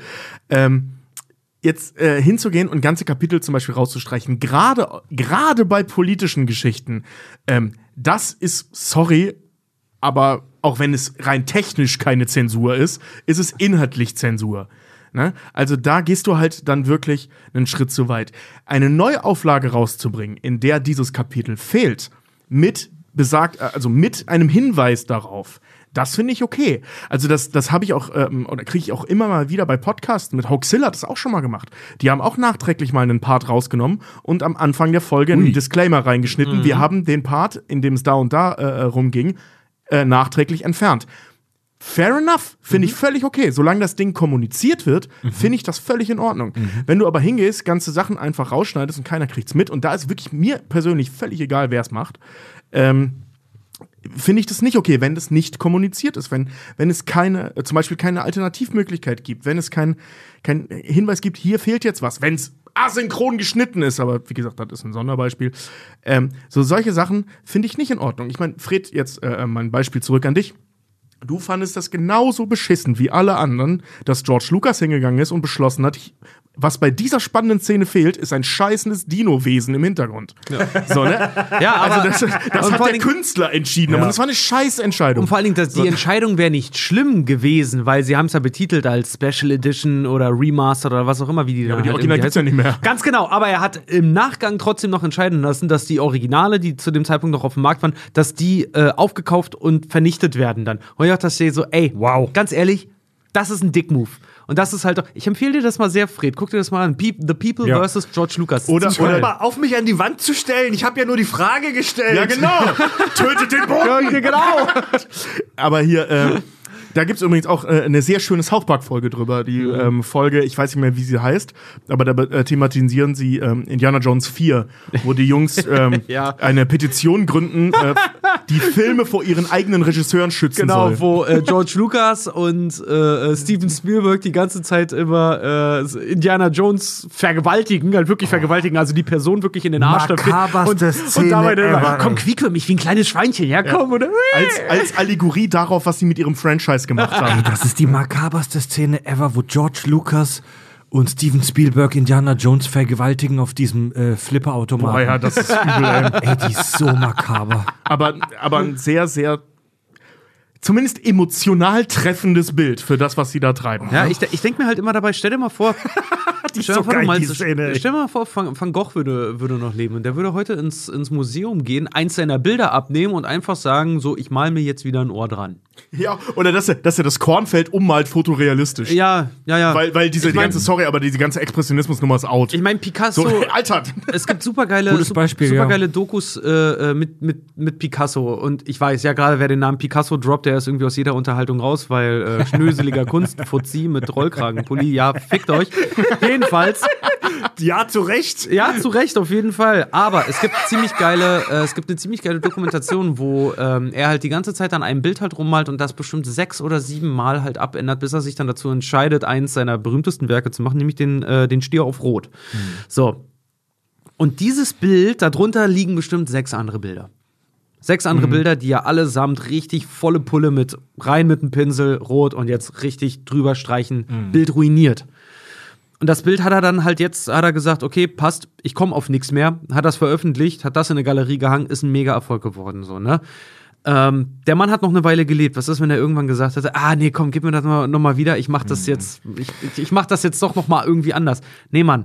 Jetzt hinzugehen und ganze Kapitel zum Beispiel rauszustreichen, gerade bei politischen Geschichten, das ist, sorry, aber auch wenn es rein technisch keine Zensur ist, ist es inhaltlich Zensur. Ne? Also da gehst du halt dann wirklich einen Schritt zu weit. Eine Neuauflage rauszubringen, in der dieses Kapitel fehlt, mit einem Hinweis darauf, das finde ich okay. Also das habe ich auch, oder kriege ich auch immer mal wieder bei Podcasts. Mit Hoaxilla hat das auch schon mal gemacht. Die haben auch nachträglich mal einen Part rausgenommen und am Anfang der Folge einen Disclaimer reingeschnitten. Wir haben den Part, in dem es da und da rumging, nachträglich entfernt. Fair enough, finde ich völlig okay. Solange das Ding kommuniziert wird, finde ich das völlig in Ordnung. Wenn du aber hingehst, ganze Sachen einfach rausschneidest und keiner kriegt's mit, und da ist wirklich mir persönlich völlig egal, wer es macht, finde ich das nicht okay, wenn das nicht kommuniziert ist, wenn es zum Beispiel keine Alternativmöglichkeit gibt, wenn es kein Hinweis gibt, hier fehlt jetzt was, wenn es asynchron geschnitten ist, aber wie gesagt, das ist ein Sonderbeispiel. So solche Sachen finde ich nicht in Ordnung. Ich meine, Fred, jetzt mein Beispiel zurück an dich. Du fandest das genauso beschissen wie alle anderen, dass George Lucas hingegangen ist und beschlossen hat, was bei dieser spannenden Szene fehlt, ist ein scheißendes Dino-Wesen im Hintergrund. Ja. So, ne? Ja, aber also das hat der Künstler entschieden, aber das war eine Scheißentscheidung. Und vor allen Dingen, die Entscheidung wäre nicht schlimm gewesen, weil sie haben es ja betitelt als Special Edition oder Remastered oder was auch immer, wie die aber die Original gibt's ja nicht mehr. Ganz genau, aber er hat im Nachgang trotzdem noch entscheiden lassen, dass die Originale, die zu dem Zeitpunkt noch auf dem Markt waren, dass die aufgekauft und vernichtet werden dann. Und ich dachte, das steht so, ey, wow, ganz ehrlich, das ist ein Dick-Move. Und das ist halt doch, ich empfehle dir das mal sehr, Fred. Guck dir das mal an. The People vs. George Lucas. Oder mal auf mich an die Wand zu stellen. Ich habe ja nur die Frage gestellt. Ja, genau. Tötet den Boden. Ja, genau. Aber hier, da gibt es übrigens auch eine sehr schöne South Park-Folge drüber. Die Folge, ich weiß nicht mehr, wie sie heißt, aber da thematisieren sie Indiana Jones 4, wo die Jungs eine Petition gründen, die Filme vor ihren eigenen Regisseuren schützen soll. Genau, wo George Lucas und Steven Spielberg die ganze Zeit immer Indiana Jones vergewaltigen, halt wirklich vergewaltigen, also die Person wirklich in den Arsch und dabei dann, komm, quieke mich wie ein kleines Schweinchen, ja komm. Oder? Als Allegorie darauf, was sie mit ihrem Franchise gemacht haben. Ey, das ist die makaberste Szene ever, wo George Lucas und Steven Spielberg Indiana Jones vergewaltigen auf diesem Flipperautomaten. Boah, ja, das ist übel, ey, die ist so makaber. Aber ein sehr, sehr zumindest emotional treffendes Bild für das, was sie da treiben. Ja, ich denke mir halt immer dabei, stell dir mal vor, stell dir mal vor, Van Gogh würde noch leben und der würde heute ins Museum gehen, eins seiner Bilder abnehmen und einfach sagen, so, ich mal mir jetzt wieder ein Ohr dran. Ja, oder dass er das Kornfeld ummalt fotorealistisch. Ja. Weil diese ganze Expressionismus-Nummer ist out. Ich meine, Picasso. So, altert. Es gibt supergeile Dokus mit Picasso. Und ich weiß, ja, gerade wer den Namen Picasso droppt, der ist irgendwie aus jeder Unterhaltung raus, weil schnöseliger Kunstfuzzi mit Rollkragenpulli. Ja, fickt euch. Jedenfalls. Ja, zu Recht. Ja, zu Recht, auf jeden Fall. Aber es gibt eine ziemlich geile Dokumentation, wo er halt die ganze Zeit an einem Bild halt rummalt und das bestimmt 6 oder 7 Mal halt abändert, bis er sich dann dazu entscheidet, eins seiner berühmtesten Werke zu machen, nämlich den Stier auf Rot. So. Und dieses Bild, darunter liegen bestimmt 6 andere Bilder. 6 andere Bilder, die ja allesamt richtig volle Pulle mit rein mit dem Pinsel, rot und jetzt richtig drüber streichen, Bild ruiniert. Und das Bild hat er dann halt jetzt, hat er gesagt, okay, passt, ich komme auf nichts mehr, hat das veröffentlicht, hat das in eine Galerie gehangen, ist ein Mega-Erfolg geworden, so, ne? Der Mann hat noch eine Weile gelebt. Was ist, wenn er irgendwann gesagt hätte, nee, komm, gib mir das noch mal wieder, ich mach das jetzt, ich mach das jetzt doch noch mal irgendwie anders. Nee, Mann,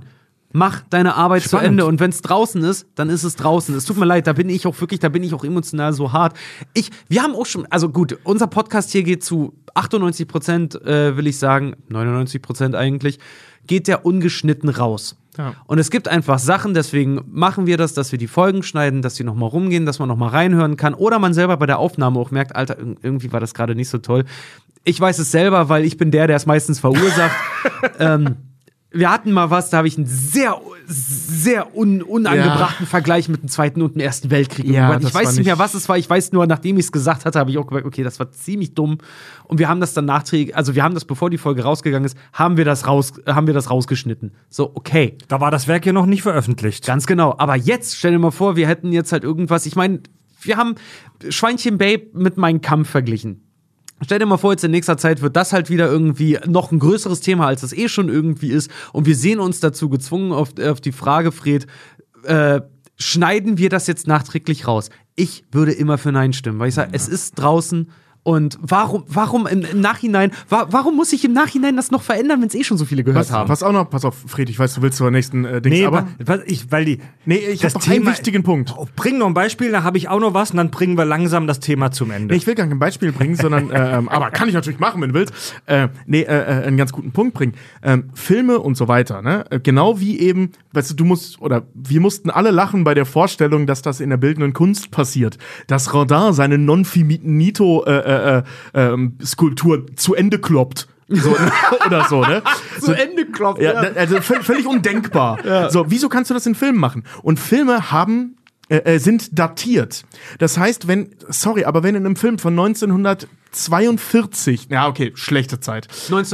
Mach deine Arbeit zu Ende und wenn es draußen ist, dann ist es draußen. Es tut mir leid, da bin ich auch emotional so hart. Wir haben auch schon, also gut, unser Podcast hier geht zu 98%, will ich sagen, 99% eigentlich, geht der ungeschnitten raus. Ja. Und es gibt einfach Sachen, deswegen machen wir das, dass wir die Folgen schneiden, dass die nochmal rumgehen, dass man nochmal reinhören kann oder man selber bei der Aufnahme auch merkt, Alter, irgendwie war das gerade nicht so toll. Ich weiß es selber, weil ich bin der es meistens verursacht. Wir hatten mal was, da habe ich einen sehr unangebrachten Vergleich mit dem Zweiten und dem Ersten Weltkrieg. Ja, ich weiß nicht mehr, was es war. Ich weiß nur, nachdem ich es gesagt hatte, habe ich auch gemerkt, okay, das war ziemlich dumm. Und wir haben das dann nachträglich, also wir haben das, bevor die Folge rausgegangen ist, haben wir das rausgeschnitten. So, okay. Da war das Werk ja noch nicht veröffentlicht. Ganz genau. Aber jetzt, stell dir mal vor, wir hätten jetzt halt irgendwas, ich meine, wir haben Schweinchen Babe mit Mein Kampf verglichen. Stell dir mal vor, jetzt in nächster Zeit wird das halt wieder irgendwie noch ein größeres Thema, als es schon irgendwie ist. Und wir sehen uns dazu gezwungen auf die Frage, Fred, schneiden wir das jetzt nachträglich raus? Ich würde immer für Nein stimmen, weil ich sage, es ist draußen. Und warum im Nachhinein, warum muss ich im Nachhinein das noch verändern, wenn es schon so viele gehört haben? Pass auf, Fred, ich weiß, du willst zur nächsten Dings, ich habe noch einen wichtigen Punkt. Bring noch ein Beispiel, da habe ich auch noch was und dann bringen wir langsam das Thema zum Ende. Nee, ich will gar kein Beispiel bringen, sondern, aber kann ich natürlich machen, wenn du willst, einen ganz guten Punkt bringen. Filme und so weiter, ne? Genau wie eben, weißt du, wir mussten alle lachen bei der Vorstellung, dass das in der bildenden Kunst passiert. Dass Rodin seine Non-Finito Skulptur zu Ende kloppt. So, oder so, ne? Zu Ende kloppt, ja. Also völlig undenkbar. Ja. So, wieso kannst du das in Filmen machen? Und Filme sind datiert. Das heißt, wenn in einem Film von 1942, ja, okay, schlechte Zeit.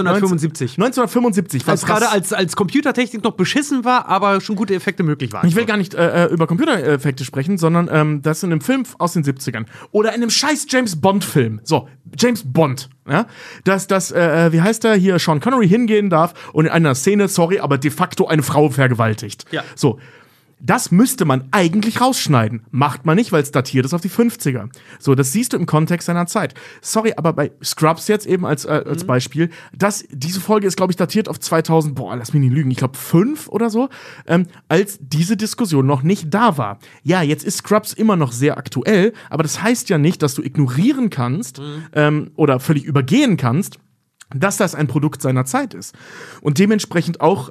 1975. Was gerade als Computertechnik noch beschissen war, aber schon gute Effekte möglich waren. Ich will gar nicht über Computereffekte sprechen, sondern das in einem Film aus den 70ern. Oder in einem scheiß James-Bond-Film. So, James Bond. Ja? Dass wie heißt der hier, Sean Connery hingehen darf und in einer Szene, aber de facto eine Frau vergewaltigt. Ja. So. Das müsste man eigentlich rausschneiden. Macht man nicht, weil es datiert ist auf die 50er. So, das siehst du im Kontext seiner Zeit. Sorry, aber bei Scrubs jetzt eben als Beispiel, diese Folge ist, glaube ich, datiert auf 2000, lass mich nicht lügen, ich glaube 5 oder so, als diese Diskussion noch nicht da war. Ja, jetzt ist Scrubs immer noch sehr aktuell, aber das heißt ja nicht, dass du ignorieren kannst oder völlig übergehen kannst, dass das ein Produkt seiner Zeit ist. Und dementsprechend auch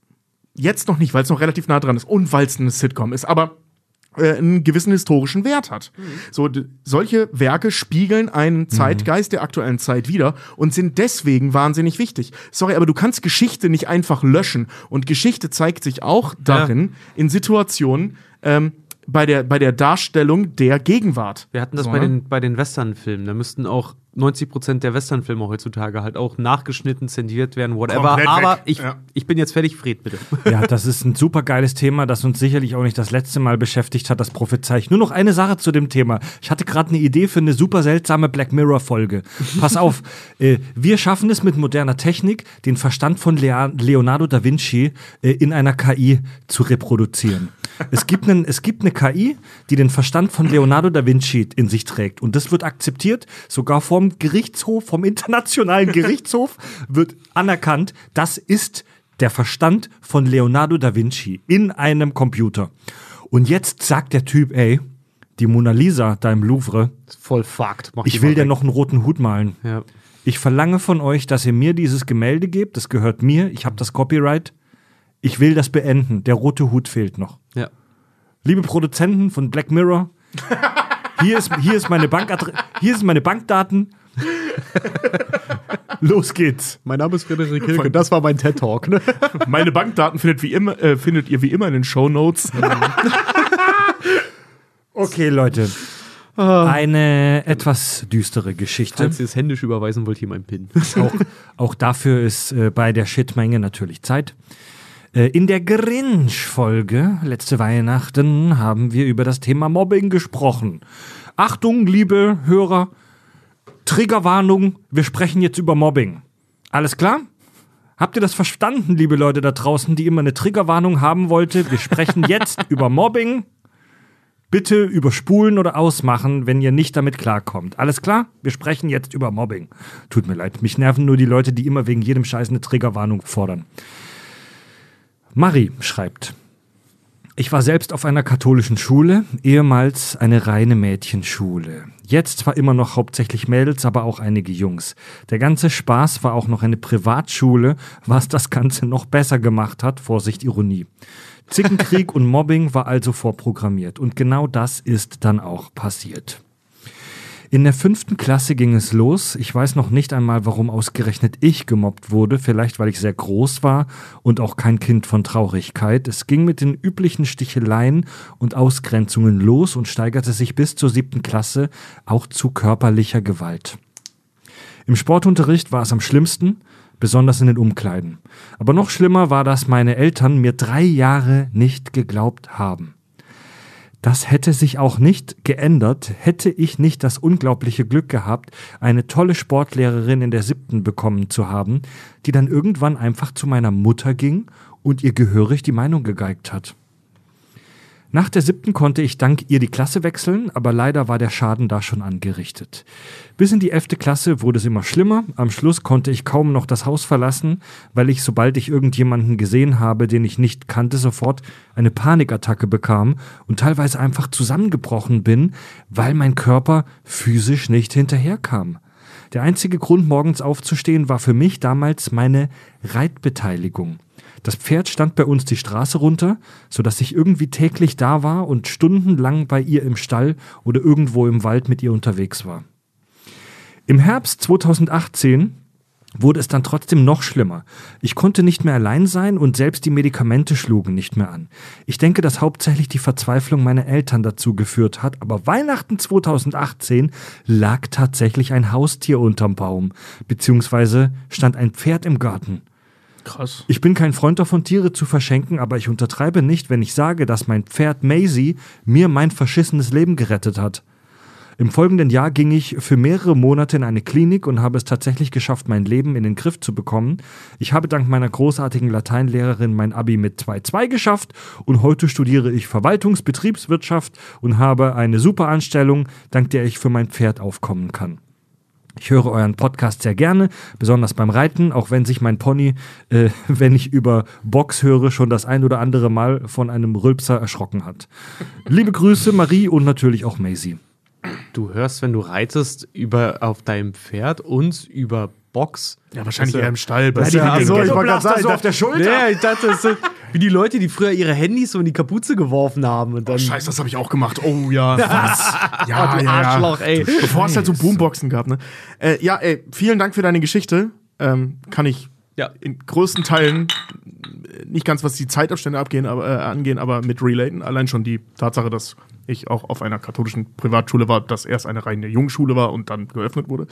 jetzt noch nicht, weil es noch relativ nah dran ist und weil es eine Sitcom ist, aber einen gewissen historischen Wert hat. So, solche Werke spiegeln einen Zeitgeist der aktuellen Zeit wider und sind deswegen wahnsinnig wichtig. Sorry, aber du kannst Geschichte nicht einfach löschen. Und Geschichte zeigt sich auch darin, in Situationen, bei der Darstellung der Gegenwart. Wir hatten das bei den Western-Filmen. Da müssten auch 90% der Western-Filme heutzutage halt auch nachgeschnitten, zensiert werden, whatever. Komplett aber ich bin jetzt fertig, Fred, bitte. Ja, das ist ein super geiles Thema, das uns sicherlich auch nicht das letzte Mal beschäftigt hat, das prophezei ich. Nur noch eine Sache zu dem Thema. Ich hatte gerade eine Idee für eine super seltsame Black Mirror-Folge. Pass auf, wir schaffen es mit moderner Technik, den Verstand von Leonardo da Vinci in einer KI zu reproduzieren. Es gibt eine KI, die den Verstand von Leonardo da Vinci in sich trägt. Und das wird akzeptiert, sogar vom Internationalen Gerichtshof wird anerkannt, das ist der Verstand von Leonardo da Vinci in einem Computer. Und jetzt sagt der Typ, die Mona Lisa da im Louvre, voll fucked. Ich will dir noch einen roten Hut malen. Ja. Ich verlange von euch, dass ihr mir dieses Gemälde gebt, das gehört mir, ich habe das Copyright. Ich will das beenden. Der rote Hut fehlt noch. Ja. Liebe Produzenten von Black Mirror, hier ist meine hier sind meine Bankdaten. Los geht's. Mein Name ist Frederik Hilke, das war mein TED-Talk. Ne? Meine Bankdaten findet ihr wie immer in den Shownotes. Okay, Leute. Eine etwas düstere Geschichte. Falls ihr es händisch überweisen wollt, hier mein PIN. Auch dafür ist bei der Shitmenge natürlich Zeit. In der Grinch-Folge letzte Weihnachten haben wir über das Thema Mobbing gesprochen. Achtung, liebe Hörer, Triggerwarnung, wir sprechen jetzt über Mobbing. Alles klar? Habt ihr das verstanden, liebe Leute da draußen, die immer eine Triggerwarnung haben wollte? Wir sprechen jetzt über Mobbing. Bitte überspulen oder ausmachen, wenn ihr nicht damit klarkommt. Alles klar? Wir sprechen jetzt über Mobbing. Tut mir leid, mich nerven nur die Leute, die immer wegen jedem Scheiß eine Triggerwarnung fordern. Marie schreibt: Ich war selbst auf einer katholischen Schule, ehemals eine reine Mädchenschule. Jetzt zwar immer noch hauptsächlich Mädels, aber auch einige Jungs. Der ganze Spaß war auch noch eine Privatschule, was das Ganze noch besser gemacht hat, Vorsicht, Ironie. Zickenkrieg und Mobbing war also vorprogrammiert und genau das ist dann auch passiert. In der 5. Klasse ging es los. Ich weiß noch nicht einmal, warum ausgerechnet ich gemobbt wurde. Vielleicht, weil ich sehr groß war und auch kein Kind von Traurigkeit. Es ging mit den üblichen Sticheleien und Ausgrenzungen los und steigerte sich bis zur 7. Klasse auch zu körperlicher Gewalt. Im Sportunterricht war es am schlimmsten, besonders in den Umkleiden. Aber noch schlimmer war, dass meine Eltern mir 3 Jahre nicht geglaubt haben. Das hätte sich auch nicht geändert, hätte ich nicht das unglaubliche Glück gehabt, eine tolle Sportlehrerin in der 7. bekommen zu haben, die dann irgendwann einfach zu meiner Mutter ging und ihr gehörig die Meinung gegeigt hat. Nach der 7. konnte ich dank ihr die Klasse wechseln, aber leider war der Schaden da schon angerichtet. Bis in die 11. Klasse wurde es immer schlimmer. Am Schluss konnte ich kaum noch das Haus verlassen, weil ich, sobald ich irgendjemanden gesehen habe, den ich nicht kannte, sofort eine Panikattacke bekam und teilweise einfach zusammengebrochen bin, weil mein Körper physisch nicht hinterherkam. Der einzige Grund, morgens aufzustehen, war für mich damals meine Reitbeteiligung. Das Pferd stand bei uns die Straße runter, sodass ich irgendwie täglich da war und stundenlang bei ihr im Stall oder irgendwo im Wald mit ihr unterwegs war. Im Herbst 2018 wurde es dann trotzdem noch schlimmer. Ich konnte nicht mehr allein sein und selbst die Medikamente schlugen nicht mehr an. Ich denke, dass hauptsächlich die Verzweiflung meiner Eltern dazu geführt hat, aber Weihnachten 2018 lag tatsächlich ein Haustier unterm Baum, beziehungsweise stand ein Pferd im Garten. Krass. Ich bin kein Freund davon, Tiere zu verschenken, aber ich untertreibe nicht, wenn ich sage, dass mein Pferd Maisie mir mein verschissenes Leben gerettet hat. Im folgenden Jahr ging ich für mehrere Monate in eine Klinik und habe es tatsächlich geschafft, mein Leben in den Griff zu bekommen. Ich habe dank meiner großartigen Lateinlehrerin mein Abi mit 2,2 geschafft und heute studiere ich Verwaltungsbetriebswirtschaft und habe eine super Anstellung, dank der ich für mein Pferd aufkommen kann. Ich höre euren Podcast sehr gerne, besonders beim Reiten, auch wenn sich mein Pony, wenn ich über Box höre, schon das ein oder andere Mal von einem Rülpser erschrocken hat. Liebe Grüße, Marie und natürlich auch Maisie. Du hörst, wenn du reitest, auf deinem Pferd uns über Box. Ja, wahrscheinlich eher im Stall. Ich wollte gerade sagen, so auf der Schulter. Nee, ich dachte, das sind wie die Leute, die früher ihre Handys so in die Kapuze geworfen haben. Und dann Scheiße, das habe ich auch gemacht. Oh ja. Was? Ja, du Arschloch, ey. Bevor es halt so Boomboxen gab, ne? Vielen Dank für deine Geschichte. Kann ich in größten Teilen nicht ganz, was die Zeitabstände angehen, aber mit relaten. Allein schon die Tatsache, dass ich auch auf einer katholischen Privatschule war, dass erst eine reine Jungschule war und dann geöffnet wurde.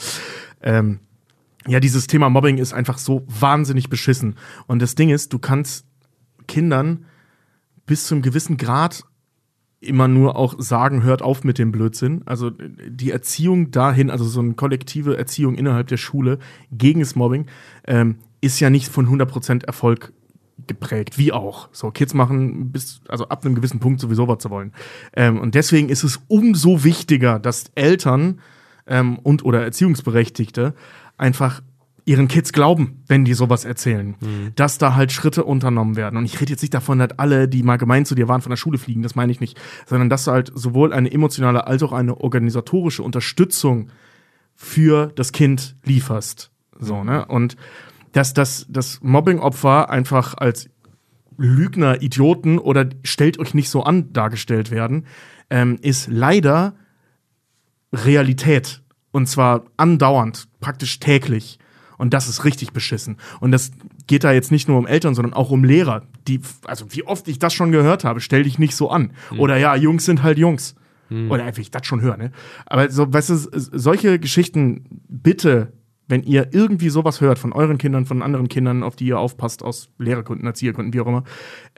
Dieses Thema Mobbing ist einfach so wahnsinnig beschissen. Und das Ding ist, du kannst Kindern bis zu einem gewissen Grad immer nur auch sagen, hört auf mit dem Blödsinn. Also die Erziehung dahin, also so eine kollektive Erziehung innerhalb der Schule gegen das Mobbing, ist ja nicht von 100% Erfolg geprägt, wie auch. So, Kids machen ab einem gewissen Punkt sowieso was zu wollen. Und deswegen ist es umso wichtiger, dass Eltern oder Erziehungsberechtigte einfach ihren Kids glauben, wenn die sowas erzählen, dass da halt Schritte unternommen werden. Und ich rede jetzt nicht davon, dass alle, die mal gemein zu dir waren, von der Schule fliegen, das meine ich nicht, sondern dass du halt sowohl eine emotionale als auch eine organisatorische Unterstützung für das Kind lieferst. So, ne? Und dass das Mobbing-Opfer einfach als Lügner, Idioten oder stellt euch nicht so an dargestellt werden, ist leider Realität. Und zwar andauernd, praktisch täglich. Und das ist richtig beschissen. Und das geht da jetzt nicht nur um Eltern, sondern auch um Lehrer. Also wie oft ich das schon gehört habe, stell dich nicht so an. Oder ja, Jungs sind halt Jungs. Oder einfach, ich das schon höre, ne? Aber so, weißt du, solche Geschichten, bitte, wenn ihr irgendwie sowas hört von euren Kindern, von anderen Kindern, auf die ihr aufpasst, aus Lehrergründen, Erziehergründen, wie auch immer,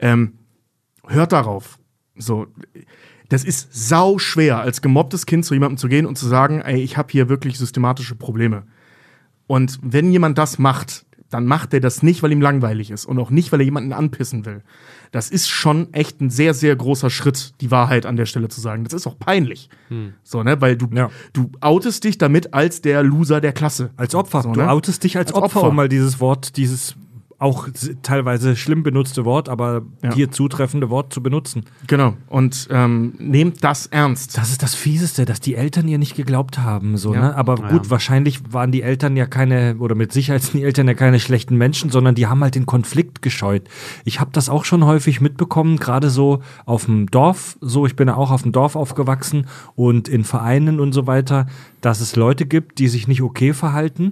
hört darauf. So, das ist sau schwer, als gemobbtes Kind zu jemandem zu gehen und zu sagen, ey, ich habe hier wirklich systematische Probleme. Und wenn jemand das macht, dann macht er das nicht, weil ihm langweilig ist und auch nicht, weil er jemanden anpissen will. Das ist schon echt ein sehr, sehr großer Schritt, die Wahrheit an der Stelle zu sagen. Das ist auch peinlich. So, ne? Weil du outest dich damit als der Loser der Klasse. Als Opfer. So, du ne? outest dich als Opfer, um mal dieses Wort, dieses auch teilweise schlimm benutzte Wort, aber hier zutreffende Wort zu benutzen. Genau. Und nehmt das ernst. Das ist das Fieseste, dass die Eltern ihr nicht geglaubt haben. So, ne? Aber gut, wahrscheinlich waren die Eltern ja oder mit Sicherheit sind die Eltern ja keine schlechten Menschen, sondern die haben halt den Konflikt gescheut. Ich habe das auch schon häufig mitbekommen, gerade so auf dem Dorf. So, ich bin ja auch auf dem Dorf aufgewachsen und in Vereinen und so weiter, dass es Leute gibt, die sich nicht okay verhalten.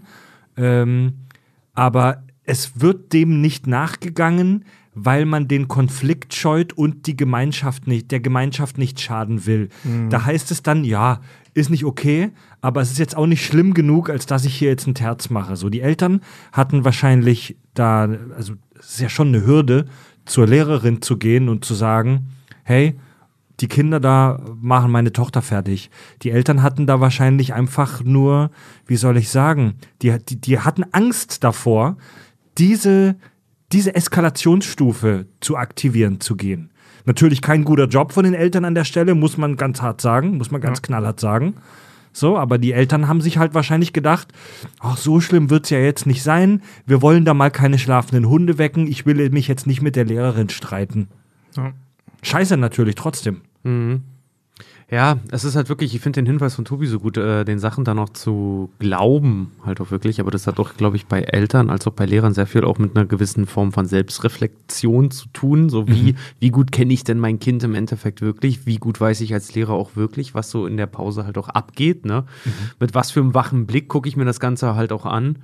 Aber es wird dem nicht nachgegangen, weil man den Konflikt scheut und der Gemeinschaft nicht schaden will. Da heißt es dann, ja, ist nicht okay, aber es ist jetzt auch nicht schlimm genug, als dass ich hier jetzt ein Terz mache. So, die Eltern hatten wahrscheinlich also es ist ja schon eine Hürde, zur Lehrerin zu gehen und zu sagen, hey, die Kinder da machen meine Tochter fertig. Die Eltern hatten da wahrscheinlich einfach nur, wie soll ich sagen, die hatten Angst davor, diese Eskalationsstufe zu aktivieren, zu gehen. Natürlich kein guter Job von den Eltern an der Stelle, muss man ganz knallhart sagen. So, aber die Eltern haben sich halt wahrscheinlich gedacht, ach, so schlimm wird's ja jetzt nicht sein. Wir wollen da mal keine schlafenden Hunde wecken. Ich will mich jetzt nicht mit der Lehrerin streiten. Ja. Scheiße natürlich trotzdem. Mhm. Ja, es ist halt wirklich, ich finde den Hinweis von Tobi so gut, den Sachen da noch zu glauben, halt auch wirklich, aber das hat doch, glaube ich, bei Eltern als auch bei Lehrern sehr viel auch mit einer gewissen Form von Selbstreflexion zu tun, so wie gut kenne ich denn mein Kind im Endeffekt wirklich, wie gut weiß ich als Lehrer auch wirklich, was so in der Pause halt auch abgeht, ne? Mit was für einem wachen Blick gucke ich mir das Ganze halt auch an,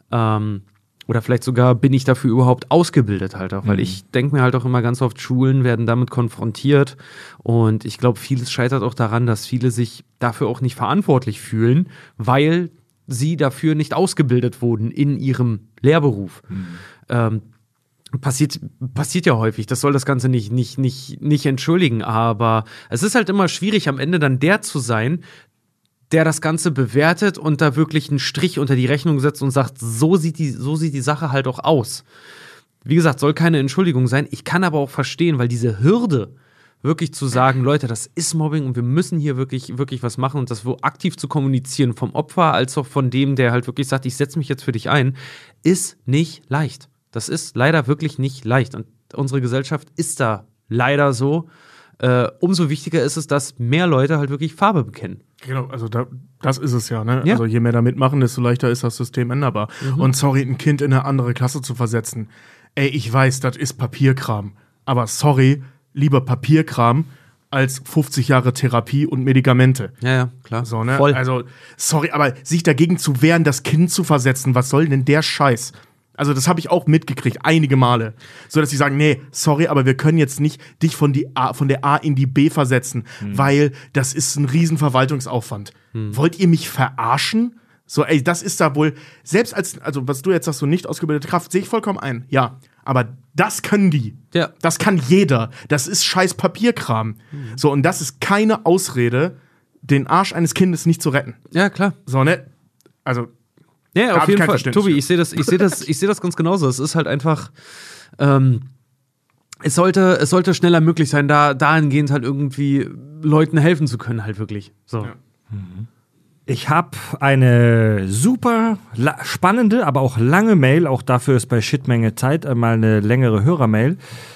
oder vielleicht sogar bin ich dafür überhaupt ausgebildet halt auch, weil ich denke mir halt auch immer ganz oft, Schulen werden damit konfrontiert und ich glaube, vieles scheitert auch daran, dass viele sich dafür auch nicht verantwortlich fühlen, weil sie dafür nicht ausgebildet wurden in ihrem Lehrberuf. Passiert ja häufig, das soll das Ganze nicht entschuldigen, aber es ist halt immer schwierig, am Ende dann der zu sein, der das Ganze bewertet und da wirklich einen Strich unter die Rechnung setzt und sagt, so sieht die Sache halt auch aus. Wie gesagt, soll keine Entschuldigung sein. Ich kann aber auch verstehen, weil diese Hürde, wirklich zu sagen, Leute, das ist Mobbing und wir müssen hier wirklich was machen und das wo aktiv zu kommunizieren, vom Opfer als auch von dem, der halt wirklich sagt, ich setze mich jetzt für dich ein, ist nicht leicht. Das ist leider wirklich nicht leicht und unsere Gesellschaft ist da leider so. Umso wichtiger ist es, dass mehr Leute halt wirklich Farbe bekennen. Genau, also das ist es ja, ne? Ja. Also je mehr da mitmachen, desto leichter ist das System änderbar. Und sorry, ein Kind in eine andere Klasse zu versetzen. Ey, ich weiß, das ist Papierkram. Aber sorry, lieber Papierkram als 50 Jahre Therapie und Medikamente. Ja, klar. So, ne? Voll. Also, sorry, aber sich dagegen zu wehren, das Kind zu versetzen, was soll denn der Scheiß? Also das habe ich auch mitgekriegt, einige Male. So, dass sie sagen, nee, sorry, aber wir können jetzt nicht dich von der A in die B versetzen, weil das ist ein riesen Verwaltungsaufwand. Wollt ihr mich verarschen? So, ey, das ist da wohl, selbst also was du jetzt sagst, so nicht ausgebildete Kraft, sehe ich vollkommen ein, ja. Aber das können die. Ja. Das kann jeder. Das ist scheiß Papierkram. So, und das ist keine Ausrede, den Arsch eines Kindes nicht zu retten. Ja, klar. So, ne? Also ja, auf jeden Fall. Tobi, ich sehe das ganz genauso. Es ist halt einfach, es sollte schneller möglich sein, dahingehend halt irgendwie Leuten helfen zu können, halt wirklich. So. Ja. Ich habe eine super spannende, aber auch lange Mail, auch dafür ist bei Shitmenge Zeit einmal eine längere Hörermail,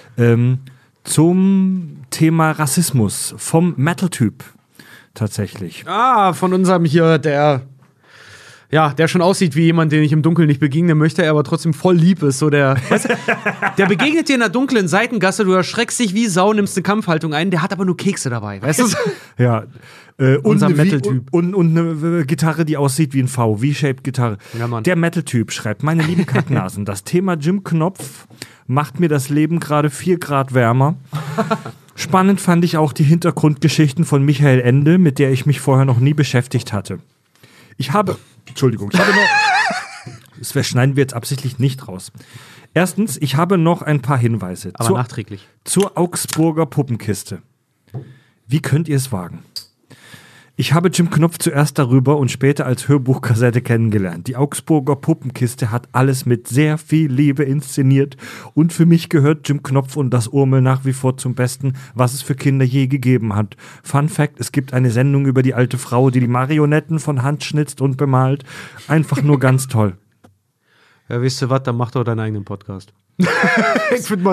zum Thema Rassismus vom Metal-Typ tatsächlich. Von unserem hier, der schon aussieht wie jemand, den ich im Dunkeln nicht begegnen möchte, aber trotzdem voll lieb ist. So der begegnet dir in der dunklen Seitengasse, du erschreckst dich wie Sau, nimmst eine Kampfhaltung ein, der hat aber nur Kekse dabei, weißt du? Ja. Unser Metal-Typ. Und eine Gitarre, die aussieht wie ein V, V-shaped Gitarre. Ja, Mann. Der Metal-Typ schreibt, meine lieben Kacknasen, das Thema Jim Knopf macht mir das Leben gerade 4 Grad wärmer. Spannend fand ich auch die Hintergrundgeschichten von Michael Ende, mit der ich mich vorher noch nie beschäftigt hatte. Ich habe noch. Das schneiden wir jetzt absichtlich nicht raus. Erstens, ich habe noch ein paar Hinweise. Aber nachträglich. Zur Augsburger Puppenkiste. Wie könnt ihr es wagen? Ich habe Jim Knopf zuerst darüber und später als Hörbuchkassette kennengelernt. Die Augsburger Puppenkiste hat alles mit sehr viel Liebe inszeniert und für mich gehört Jim Knopf und das Urmel nach wie vor zum Besten, was es für Kinder je gegeben hat. Fun Fact, es gibt eine Sendung über die alte Frau, die Marionetten von Hand schnitzt und bemalt. Einfach nur ganz toll. Ja, weißt du was, dann mach doch deinen eigenen Podcast. Ich finde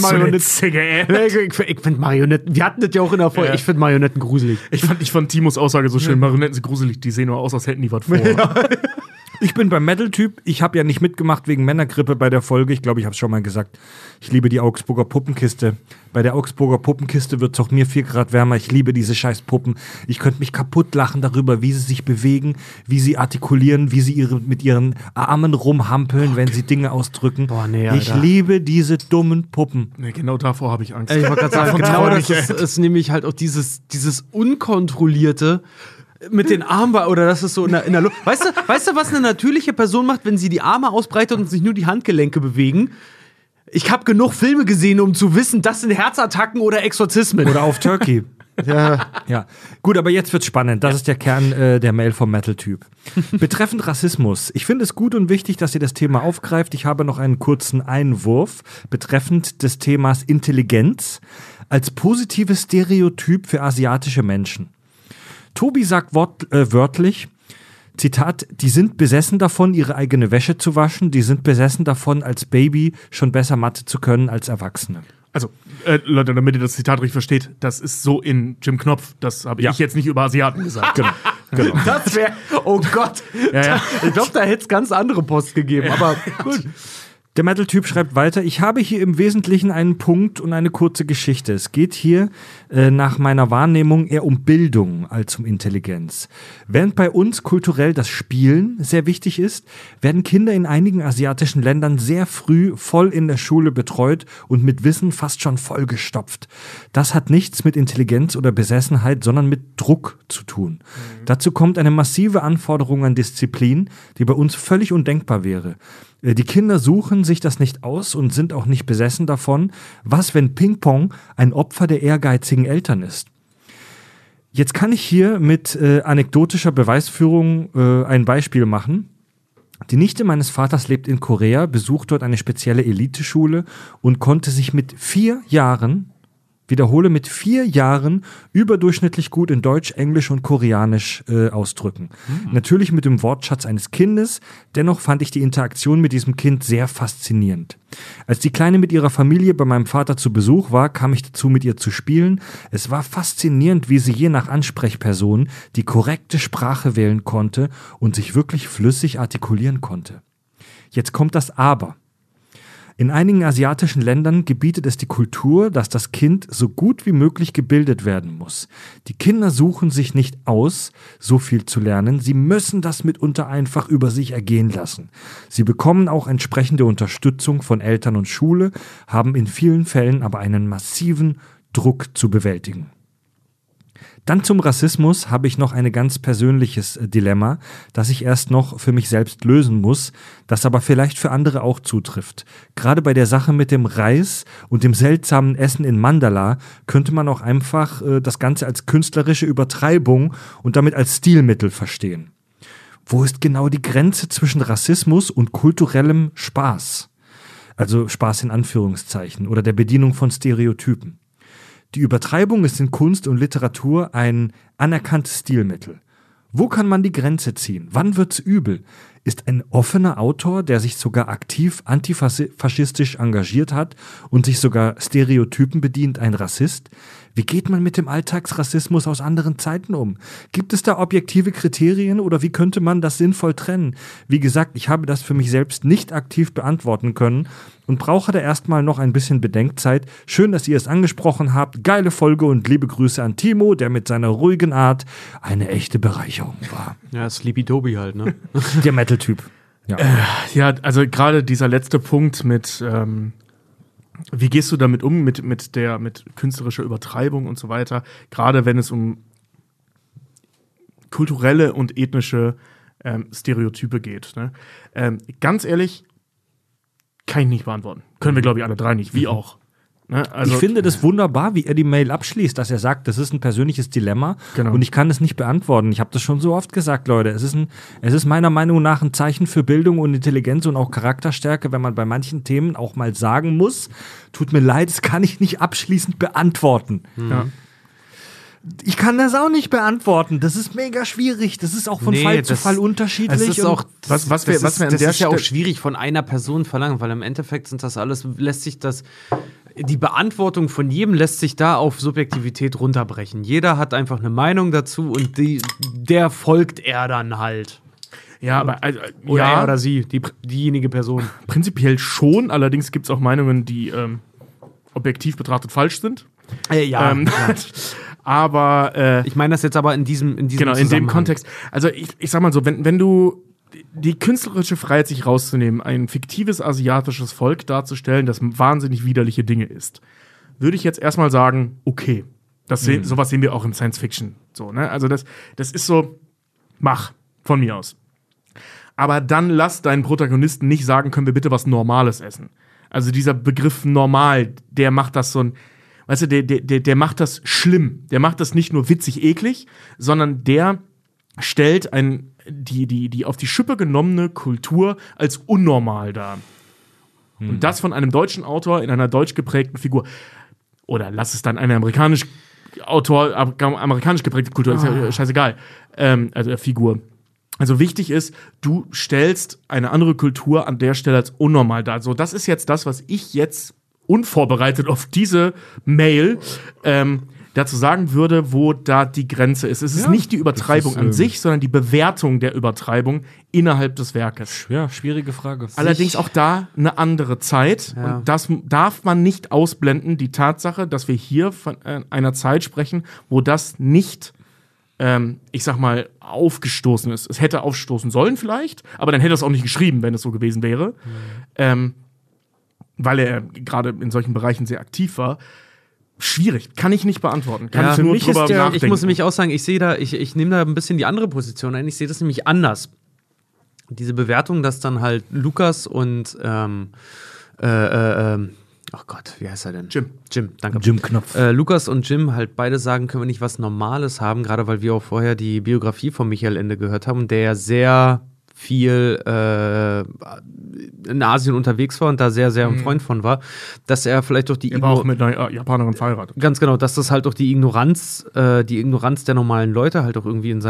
Marionetten. Wir hatten das ja auch in der Folge. Ich finde Marionetten gruselig. Ich fand Timos Aussage so schön. Marionetten sind gruselig. Die sehen nur aus, als hätten die was vor. Ja. Ich bin beim Metal-Typ. Ich habe ja nicht mitgemacht wegen Männergrippe bei der Folge. Ich glaube, ich habe es schon mal gesagt. Ich liebe die Augsburger Puppenkiste. Bei der Augsburger Puppenkiste wird es auch mir 4 Grad wärmer. Ich liebe diese scheiß Puppen. Ich könnte mich kaputt lachen darüber, wie sie sich bewegen, wie sie artikulieren, wie sie mit ihren Armen rumhampeln, wenn sie Dinge ausdrücken. Boah, nee, ich liebe diese dummen Puppen. Nee, genau davor habe ich Angst. Ich wollte gerade sagen, genau das ist nämlich halt auch dieses unkontrollierte mit den Armen oder das ist so in der Luft. Weißt du, was eine natürliche Person macht, wenn sie die Arme ausbreitet und sich nur die Handgelenke bewegen? Ich habe genug Filme gesehen, um zu wissen, das sind Herzattacken oder Exorzismen. Oder auf Turkey. Ja. Gut, aber jetzt wird's spannend. Das ist der Kern der Mail vom Metal-Typ. Betreffend Rassismus. Ich finde es gut und wichtig, dass ihr das Thema aufgreift. Ich habe noch einen kurzen Einwurf betreffend des Themas Intelligenz als positives Stereotyp für asiatische Menschen. Tobi sagt wörtlich, Zitat, die sind besessen davon, ihre eigene Wäsche zu waschen, die sind besessen davon, als Baby schon besser Mathe zu können als Erwachsene. Also, Leute, damit ihr das Zitat richtig versteht, das ist so in Jim Knopf. Das habe ich jetzt nicht über Asiaten gesagt. Genau. Das wäre, oh Gott. Ja. Ich glaube, da hätte es ganz andere Post gegeben, aber gut. Der Metal-Typ schreibt weiter, ich habe hier im Wesentlichen einen Punkt und eine kurze Geschichte. Es geht hier nach meiner Wahrnehmung eher um Bildung als um Intelligenz. Während bei uns kulturell das Spielen sehr wichtig ist, werden Kinder in einigen asiatischen Ländern sehr früh voll in der Schule betreut und mit Wissen fast schon vollgestopft. Das hat nichts mit Intelligenz oder Besessenheit, sondern mit Druck zu tun. Dazu kommt eine massive Anforderung an Disziplin, die bei uns völlig undenkbar wäre. Die Kinder suchen sich das nicht aus und sind auch nicht besessen davon, was, wenn Ping-Pong ein Opfer der ehrgeizigen Eltern ist. Jetzt kann ich hier mit anekdotischer Beweisführung ein Beispiel machen. Die Nichte meines Vaters lebt in Korea, besucht dort eine spezielle Eliteschule und konnte sich mit 4 Jahren, wiederhole, mit 4 Jahren überdurchschnittlich gut in Deutsch, Englisch und Koreanisch ausdrücken. Natürlich mit dem Wortschatz eines Kindes, dennoch fand ich die Interaktion mit diesem Kind sehr faszinierend. Als die Kleine mit ihrer Familie bei meinem Vater zu Besuch war, kam ich dazu, mit ihr zu spielen. Es war faszinierend, wie sie je nach Ansprechperson die korrekte Sprache wählen konnte und sich wirklich flüssig artikulieren konnte. Jetzt kommt das Aber. In einigen asiatischen Ländern gebietet es die Kultur, dass das Kind so gut wie möglich gebildet werden muss. Die Kinder suchen sich nicht aus, so viel zu lernen. Sie müssen das mitunter einfach über sich ergehen lassen. Sie bekommen auch entsprechende Unterstützung von Eltern und Schule, haben in vielen Fällen aber einen massiven Druck zu bewältigen. Dann zum Rassismus habe ich noch ein ganz persönliches Dilemma, das ich erst noch für mich selbst lösen muss, das aber vielleicht für andere auch zutrifft. Gerade bei der Sache mit dem Reis und dem seltsamen Essen in Mandala könnte man auch einfach das Ganze als künstlerische Übertreibung und damit als Stilmittel verstehen. Wo ist genau die Grenze zwischen Rassismus und kulturellem Spaß? Also Spaß in Anführungszeichen oder der Bedienung von Stereotypen. Die Übertreibung ist in Kunst und Literatur ein anerkanntes Stilmittel. Wo kann man die Grenze ziehen? Wann wird's übel? Ist ein offener Autor, der sich sogar aktiv antifaschistisch engagiert hat und sich sogar Stereotypen bedient, ein Rassist? Wie geht man mit dem Alltagsrassismus aus anderen Zeiten um? Gibt es da objektive Kriterien oder wie könnte man das sinnvoll trennen? Wie gesagt, ich habe das für mich selbst nicht aktiv beantworten können und brauche da erstmal noch ein bisschen Bedenkzeit. Schön, dass ihr es angesprochen habt. Geile Folge und liebe Grüße an Timo, der mit seiner ruhigen Art eine echte Bereicherung war. Ja, Sleepy Toby halt, ne? Der Metal-Typ. Ja. Ja, also gerade dieser letzte Punkt mit wie gehst du damit um, mit künstlerischer Übertreibung und so weiter, gerade wenn es um kulturelle und ethnische Stereotype geht. Ne? Ganz ehrlich, kann ich nicht beantworten. Können wir, glaube ich, alle drei nicht. Wie auch. Ne? Also, ich finde das wunderbar, wie er die Mail abschließt, dass er sagt, das ist ein persönliches Dilemma und ich kann es nicht beantworten. Ich habe das schon so oft gesagt, Leute. Es ist meiner Meinung nach ein Zeichen für Bildung und Intelligenz und auch Charakterstärke, wenn man bei manchen Themen auch mal sagen muss, tut mir leid, das kann ich nicht abschließend beantworten. Ja. Ich kann das auch nicht beantworten. Das ist mega schwierig. Das ist auch von Fall zu Fall unterschiedlich. Es ist auch, das ist ja auch schwierig von einer Person verlangen, weil im Endeffekt sind das alles, die Beantwortung von jedem lässt sich da auf Subjektivität runterbrechen. Jeder hat einfach eine Meinung dazu und der folgt er dann halt. Ja, aber oder er oder sie, diejenige Person. Prinzipiell schon, allerdings gibt es auch Meinungen, die objektiv betrachtet falsch sind. Ja. Aber ich meine das jetzt aber in diesem genau, in dem Kontext. Also ich sag mal so, wenn du die künstlerische Freiheit, sich rauszunehmen, ein fiktives asiatisches Volk darzustellen, das wahnsinnig widerliche Dinge ist, würde ich jetzt erstmal sagen, okay, sowas sehen wir auch in Science Fiction. So, ne? Also das ist so, mach, von mir aus. Aber dann lass deinen Protagonisten nicht sagen, können wir bitte was Normales essen. Also dieser Begriff normal, der macht das so ein, weißt du, der macht das schlimm. Der macht das nicht nur witzig, eklig, sondern der stellt die auf die Schippe genommene Kultur als unnormal dar. Und das von einem deutschen Autor in einer deutsch geprägten Figur. Oder lass es dann ein amerikanisch geprägte Kultur, ist ja scheißegal. Also Figur. Also wichtig ist, du stellst eine andere Kultur an der Stelle als unnormal dar. So, das ist jetzt das, was ich jetzt unvorbereitet auf diese Mail dazu sagen würde, wo da die Grenze ist. Es ist nicht die Übertreibung an sich, sondern die Bewertung der Übertreibung innerhalb des Werkes. Ja, schwierige Frage. Allerdings auch da eine andere Zeit. Ja. Und das darf man nicht ausblenden, die Tatsache, dass wir hier von einer Zeit sprechen, wo das nicht ich sag mal, aufgestoßen ist. Es hätte aufstoßen sollen vielleicht, aber dann hätte er es auch nicht geschrieben, wenn es so gewesen wäre. Weil er gerade in solchen Bereichen sehr aktiv war. Schwierig, kann ich nicht beantworten. Kann ich nur drüber nachdenken. Ich muss nämlich auch sagen, ich nehme da ein bisschen die andere Position ein. Ich sehe das nämlich anders. Diese Bewertung, dass dann halt Lukas und oh Gott, wie heißt er denn? Jim, danke. Jim Knopf. Lukas und Jim halt beide sagen, können wir nicht was Normales haben, gerade weil wir auch vorher die Biografie von Michael Ende gehört haben, der ja sehr viel in Asien unterwegs war und da sehr, sehr ein Freund von war, dass er vielleicht durch die Er war auch mit einer Japanerin verheiratet. Ganz genau, dass das halt durch die Ignoranz der normalen Leute halt auch irgendwie in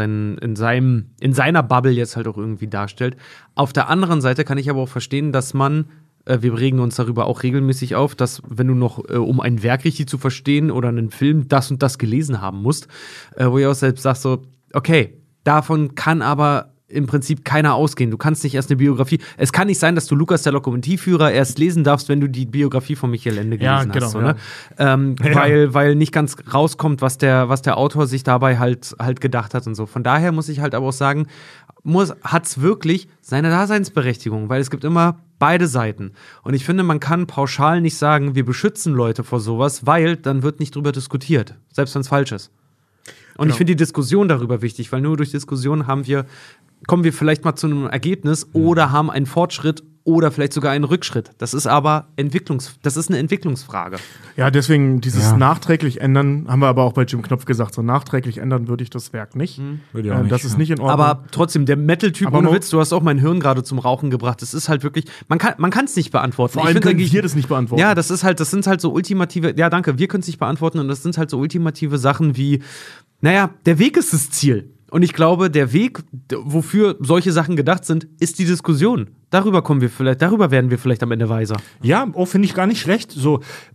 seiner Bubble jetzt halt auch irgendwie darstellt. Auf der anderen Seite kann ich aber auch verstehen, dass wir regen uns darüber auch regelmäßig auf, dass wenn du noch, um ein Werk richtig zu verstehen oder einen Film, das und das gelesen haben musst, wo ich auch selbst sag so, okay, davon kann aber im Prinzip keiner ausgehen. Du kannst nicht erst eine Biografie. Es kann nicht sein, dass du Lukas, der Lokomotivführer, erst lesen darfst, wenn du die Biografie von Michael Ende gelesen hast. So, ne? Weil nicht ganz rauskommt, was der Autor sich dabei halt gedacht hat und so. Von daher muss ich halt aber auch sagen, hat's wirklich seine Daseinsberechtigung, weil es gibt immer beide Seiten. Und ich finde, man kann pauschal nicht sagen, wir beschützen Leute vor sowas, weil dann wird nicht drüber diskutiert, selbst wenn es falsch ist. Und ich finde die Diskussion darüber wichtig, weil nur durch Diskussion kommen wir vielleicht mal zu einem Ergebnis oder haben einen Fortschritt oder vielleicht sogar einen Rückschritt. Das ist aber das ist eine Entwicklungsfrage. Ja, deswegen dieses nachträglich ändern, haben wir aber auch bei Jim Knopf gesagt, so nachträglich ändern würde ich das Werk nicht. Das ist nicht in Ordnung. Aber trotzdem, der Metal-Typ, ohne Witz, du hast auch mein Hirn gerade zum Rauchen gebracht. Das ist halt wirklich, man kann es nicht beantworten. Vor allem können wir das nicht beantworten. Ja, das sind halt so ultimative, ja danke, wir können es nicht beantworten und das sind halt so ultimative Sachen wie, naja, der Weg ist das Ziel. Und ich glaube, der Weg, wofür solche Sachen gedacht sind, ist die Diskussion. Darüber werden wir vielleicht am Ende weiser. Ja, finde ich gar nicht schlecht. So,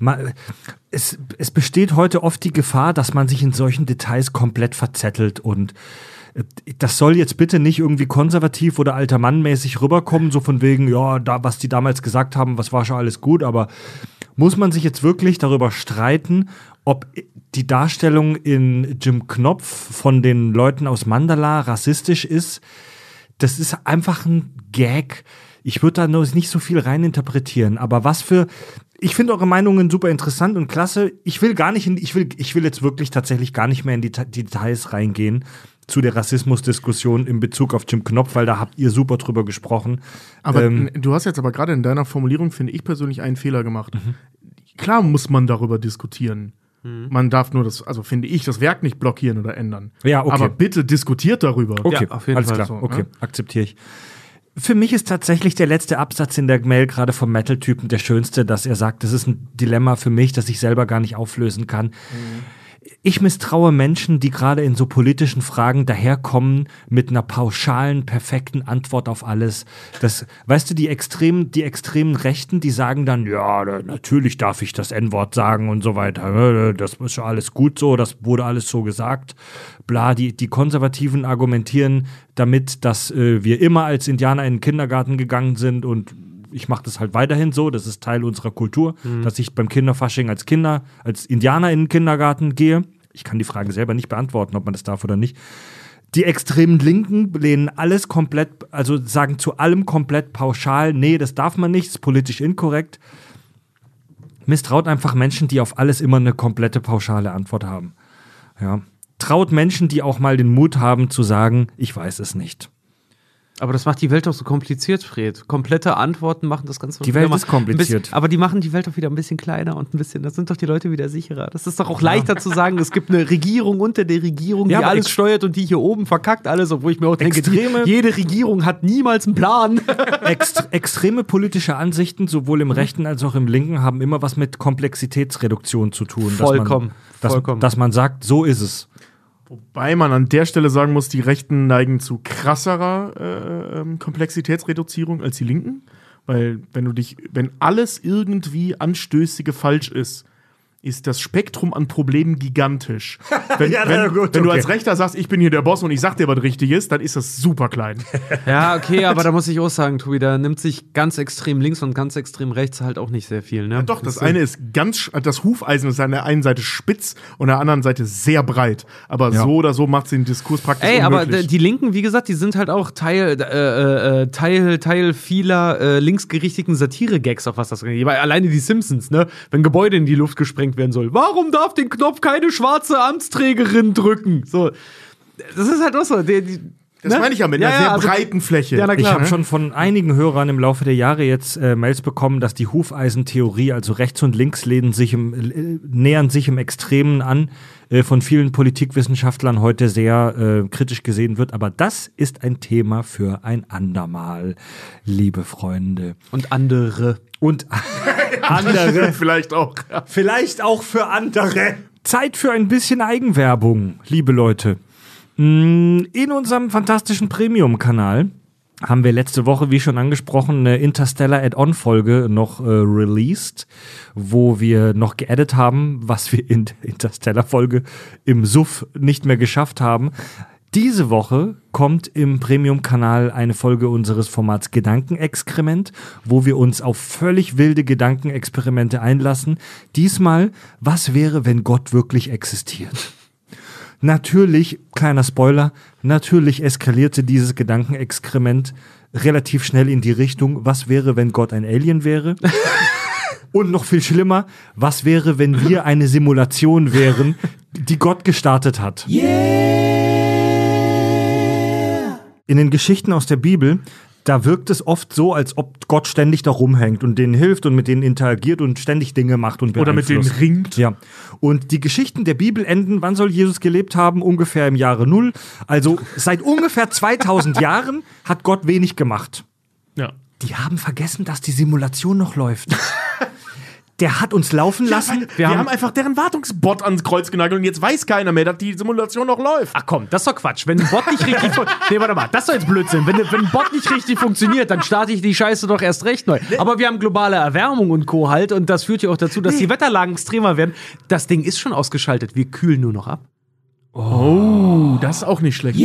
es besteht heute oft die Gefahr, dass man sich in solchen Details komplett verzettelt und das soll jetzt bitte nicht irgendwie konservativ oder alter Mann mäßig rüberkommen, so von wegen, ja, was die damals gesagt haben, was war schon alles gut, aber muss man sich jetzt wirklich darüber streiten, ob die Darstellung in Jim Knopf von den Leuten aus Mandala rassistisch ist? Das ist einfach ein Gag. Ich würde da nur nicht so viel reininterpretieren, aber ich finde eure Meinungen super interessant und klasse. Ich will jetzt wirklich tatsächlich gar nicht mehr in die Details reingehen zu der Rassismusdiskussion in Bezug auf Jim Knopf, weil da habt ihr super drüber gesprochen. Aber du hast jetzt aber gerade in deiner Formulierung, finde ich persönlich, einen Fehler gemacht. Klar muss man darüber diskutieren. Man darf nur das Werk nicht blockieren oder ändern. Ja, okay. Aber bitte diskutiert darüber. Okay, ja, auf jeden alles Fall. Klar. So, okay, akzeptiere ich. Für mich ist tatsächlich der letzte Absatz in der Mail gerade vom Metal-Typen der schönste, dass er sagt, das ist ein Dilemma für mich, das ich selber gar nicht auflösen kann. ich misstraue Menschen, die gerade in so politischen Fragen daherkommen mit einer pauschalen, perfekten Antwort auf alles. Weißt du, die extremen Rechten, die sagen dann, ja, natürlich darf ich das N-Wort sagen und so weiter. Das ist schon alles gut so, das wurde alles so gesagt. Bla, die Konservativen argumentieren damit, dass wir immer als Indianer in den Kindergarten gegangen sind und ich mache das halt weiterhin so, das ist Teil unserer Kultur, dass ich beim Kinderfasching als Indianer in den Kindergarten gehe. Ich kann die Frage selber nicht beantworten, ob man das darf oder nicht. Die extremen Linken lehnen alles komplett, also sagen zu allem komplett pauschal, nee, das darf man nicht, ist politisch inkorrekt. Misstraut einfach Menschen, die auf alles immer eine komplette pauschale Antwort haben. Ja. Traut Menschen, die auch mal den Mut haben zu sagen, ich weiß es nicht. Aber das macht die Welt doch so kompliziert, Fred. Komplette Antworten machen das Ganze. Die Welt ist kompliziert. Aber die machen die Welt doch wieder ein bisschen kleiner und ein bisschen, das sind doch die Leute wieder sicherer. Das ist doch auch leichter zu sagen, es gibt eine Regierung unter der Regierung, die alles steuert und die hier oben verkackt alles, obwohl ich mir auch denke, jede Regierung hat niemals einen Plan. Extreme politische Ansichten, sowohl im Rechten als auch im Linken, haben immer was mit Komplexitätsreduktion zu tun. Vollkommen. Dass man sagt, so ist es. Wobei man an der Stelle sagen muss, die Rechten neigen zu krasserer Komplexitätsreduzierung als die Linken. Weil wenn alles irgendwie Anstößige falsch ist das Spektrum an Problemen gigantisch. Wenn du als Rechter sagst, ich bin hier der Boss und ich sag dir, was richtig ist, dann ist das super klein. Ja, okay, aber da muss ich auch sagen, Tobi, da nimmt sich ganz extrem links und ganz extrem rechts halt auch nicht sehr viel, ne? Ja, doch, das eine ist das Hufeisen ist an der einen Seite spitz und an der anderen Seite sehr breit. Aber so oder so macht es den Diskurs praktisch unmöglich. Aber die Linken, wie gesagt, die sind halt auch Teil vieler linksgerichteten Satire-Gags, auf was das geht. Alleine die Simpsons, ne? Wenn Gebäude in die Luft gesprengt werden soll. Warum darf den Knopf keine schwarze Amtsträgerin drücken? So, das ist halt auch so. Das meine ich ja mit einer sehr breiten Fläche. Ja, ich habe schon von einigen Hörern im Laufe der Jahre jetzt Mails bekommen, dass die Hufeisentheorie, also Rechts- und Linksläden, nähern sich im Extremen an, von vielen Politikwissenschaftlern heute sehr kritisch gesehen wird. Aber das ist ein Thema für ein andermal, liebe Freunde. Und andere. Und andere. Vielleicht auch. Ja. Vielleicht auch für andere. Zeit für ein bisschen Eigenwerbung, liebe Leute. In unserem fantastischen Premium-Kanal haben wir letzte Woche, wie schon angesprochen, eine Interstellar Add-on-Folge noch released, wo wir noch geaddet haben, was wir in der Interstellar-Folge im Suff nicht mehr geschafft haben. Diese Woche kommt im Premium-Kanal eine Folge unseres Formats Gedankenexkrement, wo wir uns auf völlig wilde Gedankenexperimente einlassen. Diesmal, was wäre, wenn Gott wirklich existiert? Natürlich, kleiner Spoiler, natürlich eskalierte dieses Gedankenexkrement relativ schnell in die Richtung, was wäre, wenn Gott ein Alien wäre? Und noch viel schlimmer, was wäre, wenn wir eine Simulation wären, die Gott gestartet hat? In den Geschichten aus der Bibel, da wirkt es oft so, als ob Gott ständig da rumhängt und denen hilft und mit denen interagiert und ständig Dinge macht und beeinflusst. Oder mit denen ringt. Ja. Und die Geschichten der Bibel enden, wann soll Jesus gelebt haben? Ungefähr im Jahre 0. Also seit ungefähr 2000 Jahren hat Gott wenig gemacht. Ja. Die haben vergessen, dass die Simulation noch läuft. Der hat uns laufen lassen. Wir haben einfach deren Wartungsbot ans Kreuz genagelt und jetzt weiß keiner mehr, dass die Simulation noch läuft. Ach komm, das ist doch Quatsch. Wenn ein Bot nicht richtig nee, warte mal, das ist doch jetzt Blödsinn. Wenn ein Bot nicht richtig funktioniert, dann starte ich die Scheiße doch erst recht neu. Aber wir haben globale Erwärmung und Co. halt und das führt ja auch dazu, dass die Wetterlagen extremer werden. Das Ding ist schon ausgeschaltet. Wir kühlen nur noch ab. Oh, das ist auch nicht schlecht.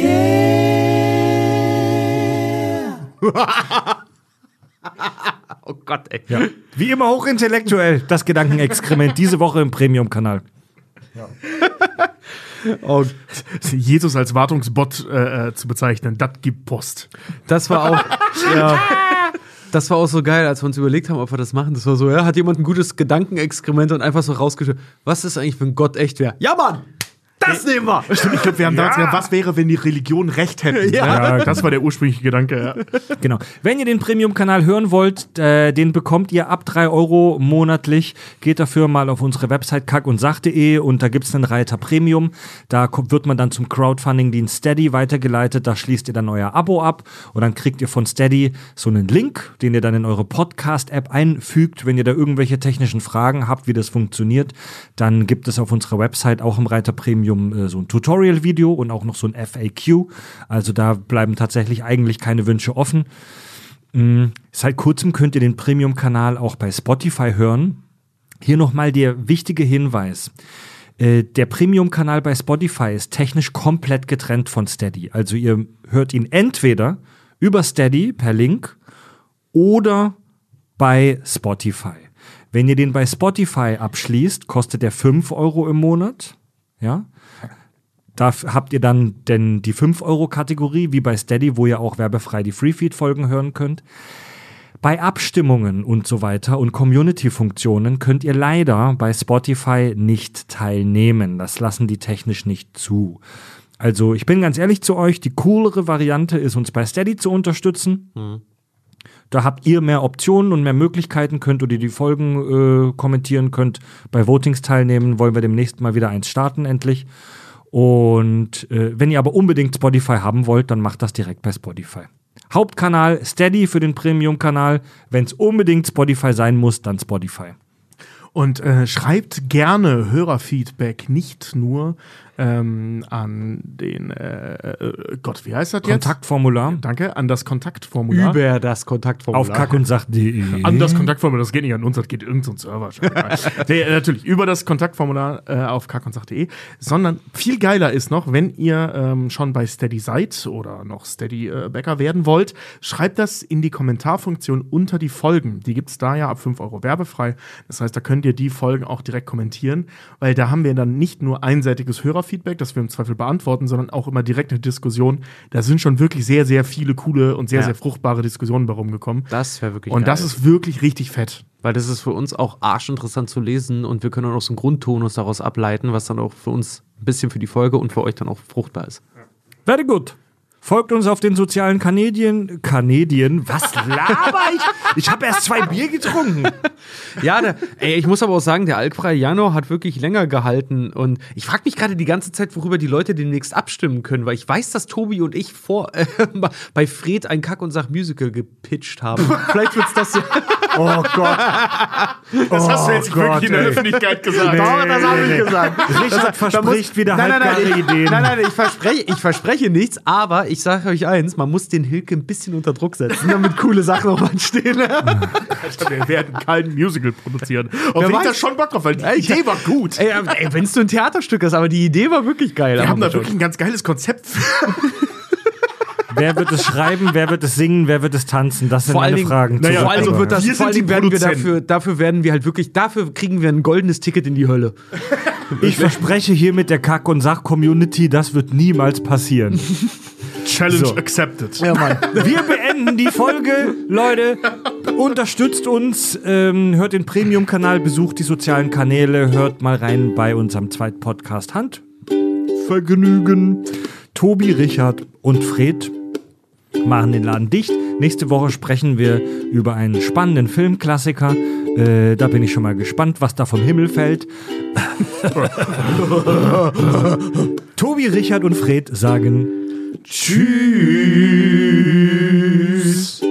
Oh Gott, ey. Ja. Wie immer hochintellektuell, das Gedankenexkrement diese Woche im Premium-Kanal. Ja. Oh, Jesus als Wartungsbot zu bezeichnen, das gibt Post. Das war auch, ja, das war auch so geil, als wir uns überlegt haben, ob wir das machen. Das war so, ja, hat jemand ein gutes Gedankenexkrement und einfach so rausgeschrieben, was ist eigentlich, wenn Gott echt wäre? Ja, Mann! Das nehmen wir! Stimmt, ich glaube, wir haben damals gesagt, was wäre, wenn die Religion Recht hätte? Ja, das war der ursprüngliche Gedanke, ja. Genau. Wenn ihr den Premium-Kanal hören wollt, den bekommt ihr ab 3 € monatlich. Geht dafür mal auf unsere Website kackundsach.de und da gibt es einen Reiter Premium. Da wird man dann zum Crowdfunding-Dienst Steady weitergeleitet. Da schließt ihr dann euer Abo ab und dann kriegt ihr von Steady so einen Link, den ihr dann in eure Podcast-App einfügt. Wenn ihr da irgendwelche technischen Fragen habt, wie das funktioniert, dann gibt es auf unserer Website auch im Reiter Premium so ein Tutorial-Video und auch noch so ein FAQ. Also da bleiben tatsächlich eigentlich keine Wünsche offen. Seit kurzem könnt ihr den Premium-Kanal auch bei Spotify hören. Hier nochmal der wichtige Hinweis. Der Premium-Kanal bei Spotify ist technisch komplett getrennt von Steady. Also ihr hört ihn entweder über Steady per Link oder bei Spotify. Wenn ihr den bei Spotify abschließt, kostet der 5 € im Monat. Ja. Da habt ihr dann die 5-€ Kategorie, wie bei Steady, wo ihr auch werbefrei die Freefeed-Folgen hören könnt. Bei Abstimmungen und so weiter und Community-Funktionen könnt ihr leider bei Spotify nicht teilnehmen. Das lassen die technisch nicht zu. Also ich bin ganz ehrlich zu euch, die coolere Variante ist, uns bei Steady zu unterstützen. Da habt ihr mehr Optionen und mehr Möglichkeiten, könnt ihr die Folgen kommentieren, könnt bei Votings teilnehmen. Wollen wir demnächst mal wieder eins starten, endlich. Und wenn ihr aber unbedingt Spotify haben wollt, dann macht das direkt bei Spotify. Hauptkanal Steady für den Premium-Kanal. Wenn es unbedingt Spotify sein muss, dann Spotify. Und schreibt gerne Hörerfeedback, nicht nur an den, Gott, wie heißt das jetzt? Kontaktformular. Danke, an das Kontaktformular. Über das Kontaktformular. Auf kackundsach.de. An das Kontaktformular, das geht nicht an uns, das geht irgendein Server. Nee, natürlich, über das Kontaktformular auf kackundsach.de. Sondern viel geiler ist noch, wenn ihr schon bei Steady seid oder noch Steady-Bäcker werden wollt, schreibt das in die Kommentarfunktion unter die Folgen. Die gibt's da ja ab 5 € werbefrei. Das heißt, da könnt ihr die Folgen auch direkt kommentieren, weil da haben wir dann nicht nur einseitiges Hörerfeedback, das wir im Zweifel beantworten, sondern auch immer direkt eine Diskussion. Da sind schon wirklich sehr, sehr viele coole und sehr, sehr fruchtbare Diskussionen bei rumgekommen. Das wäre wirklich Und geil. das ist wirklich richtig fett. Weil das ist für uns auch arschinteressant zu lesen und wir können dann auch so einen Grundtonus daraus ableiten, was dann auch für uns ein bisschen für die Folge und für euch dann auch fruchtbar ist. Very good. Folgt uns auf den sozialen Kanälen. Was laber ich? Ich habe erst 2 Bier getrunken. Ja, ich muss aber auch sagen, der alkfreie Januar hat wirklich länger gehalten. Und ich frage mich gerade die ganze Zeit, worüber die Leute demnächst abstimmen können. Weil ich weiß, dass Tobi und ich bei Fred ein Kack- und Sach-Musical gepitcht haben. Vielleicht wird's das ja. Oh Gott. Das hast du jetzt wirklich in der Öffentlichkeit gesagt. Doch, das habe ich gesagt. Richard verspricht wieder halbgare Ideen. Nein, ich verspreche nichts, aber ich sage euch eins, man muss den Hilke ein bisschen unter Druck setzen, damit coole Sachen auch entstehen. Alter, wir werden kein Musical produzieren. Und ich da schon Bock drauf, weil die Idee war gut. Ey, wenn es nur ein Theaterstück ist, aber die Idee war wirklich geil. Wir haben da wirklich ein ganz geiles Konzept. Wer wird es schreiben, wer wird es singen, vor allen meine Fragen. Vor allen Dingen wird das, vor allen Dingen werden wir dafür werden wir halt wirklich, dafür kriegen wir ein goldenes Ticket in die Hölle. Ich verspreche hier mit der Kack- und Sach-Community, das wird niemals passieren. Challenge accepted. Ja, Mann. Wir beenden die Folge. Leute, unterstützt uns, hört den Premium-Kanal, besucht die sozialen Kanäle, hört mal rein bei unserem zweiten Podcast Handvergnügen. Tobi, Richard und Fred machen den Laden dicht. Nächste Woche sprechen wir über einen spannenden Filmklassiker. Da bin ich schon mal gespannt, was da vom Himmel fällt. Tobi, Richard und Fred sagen Tschüss.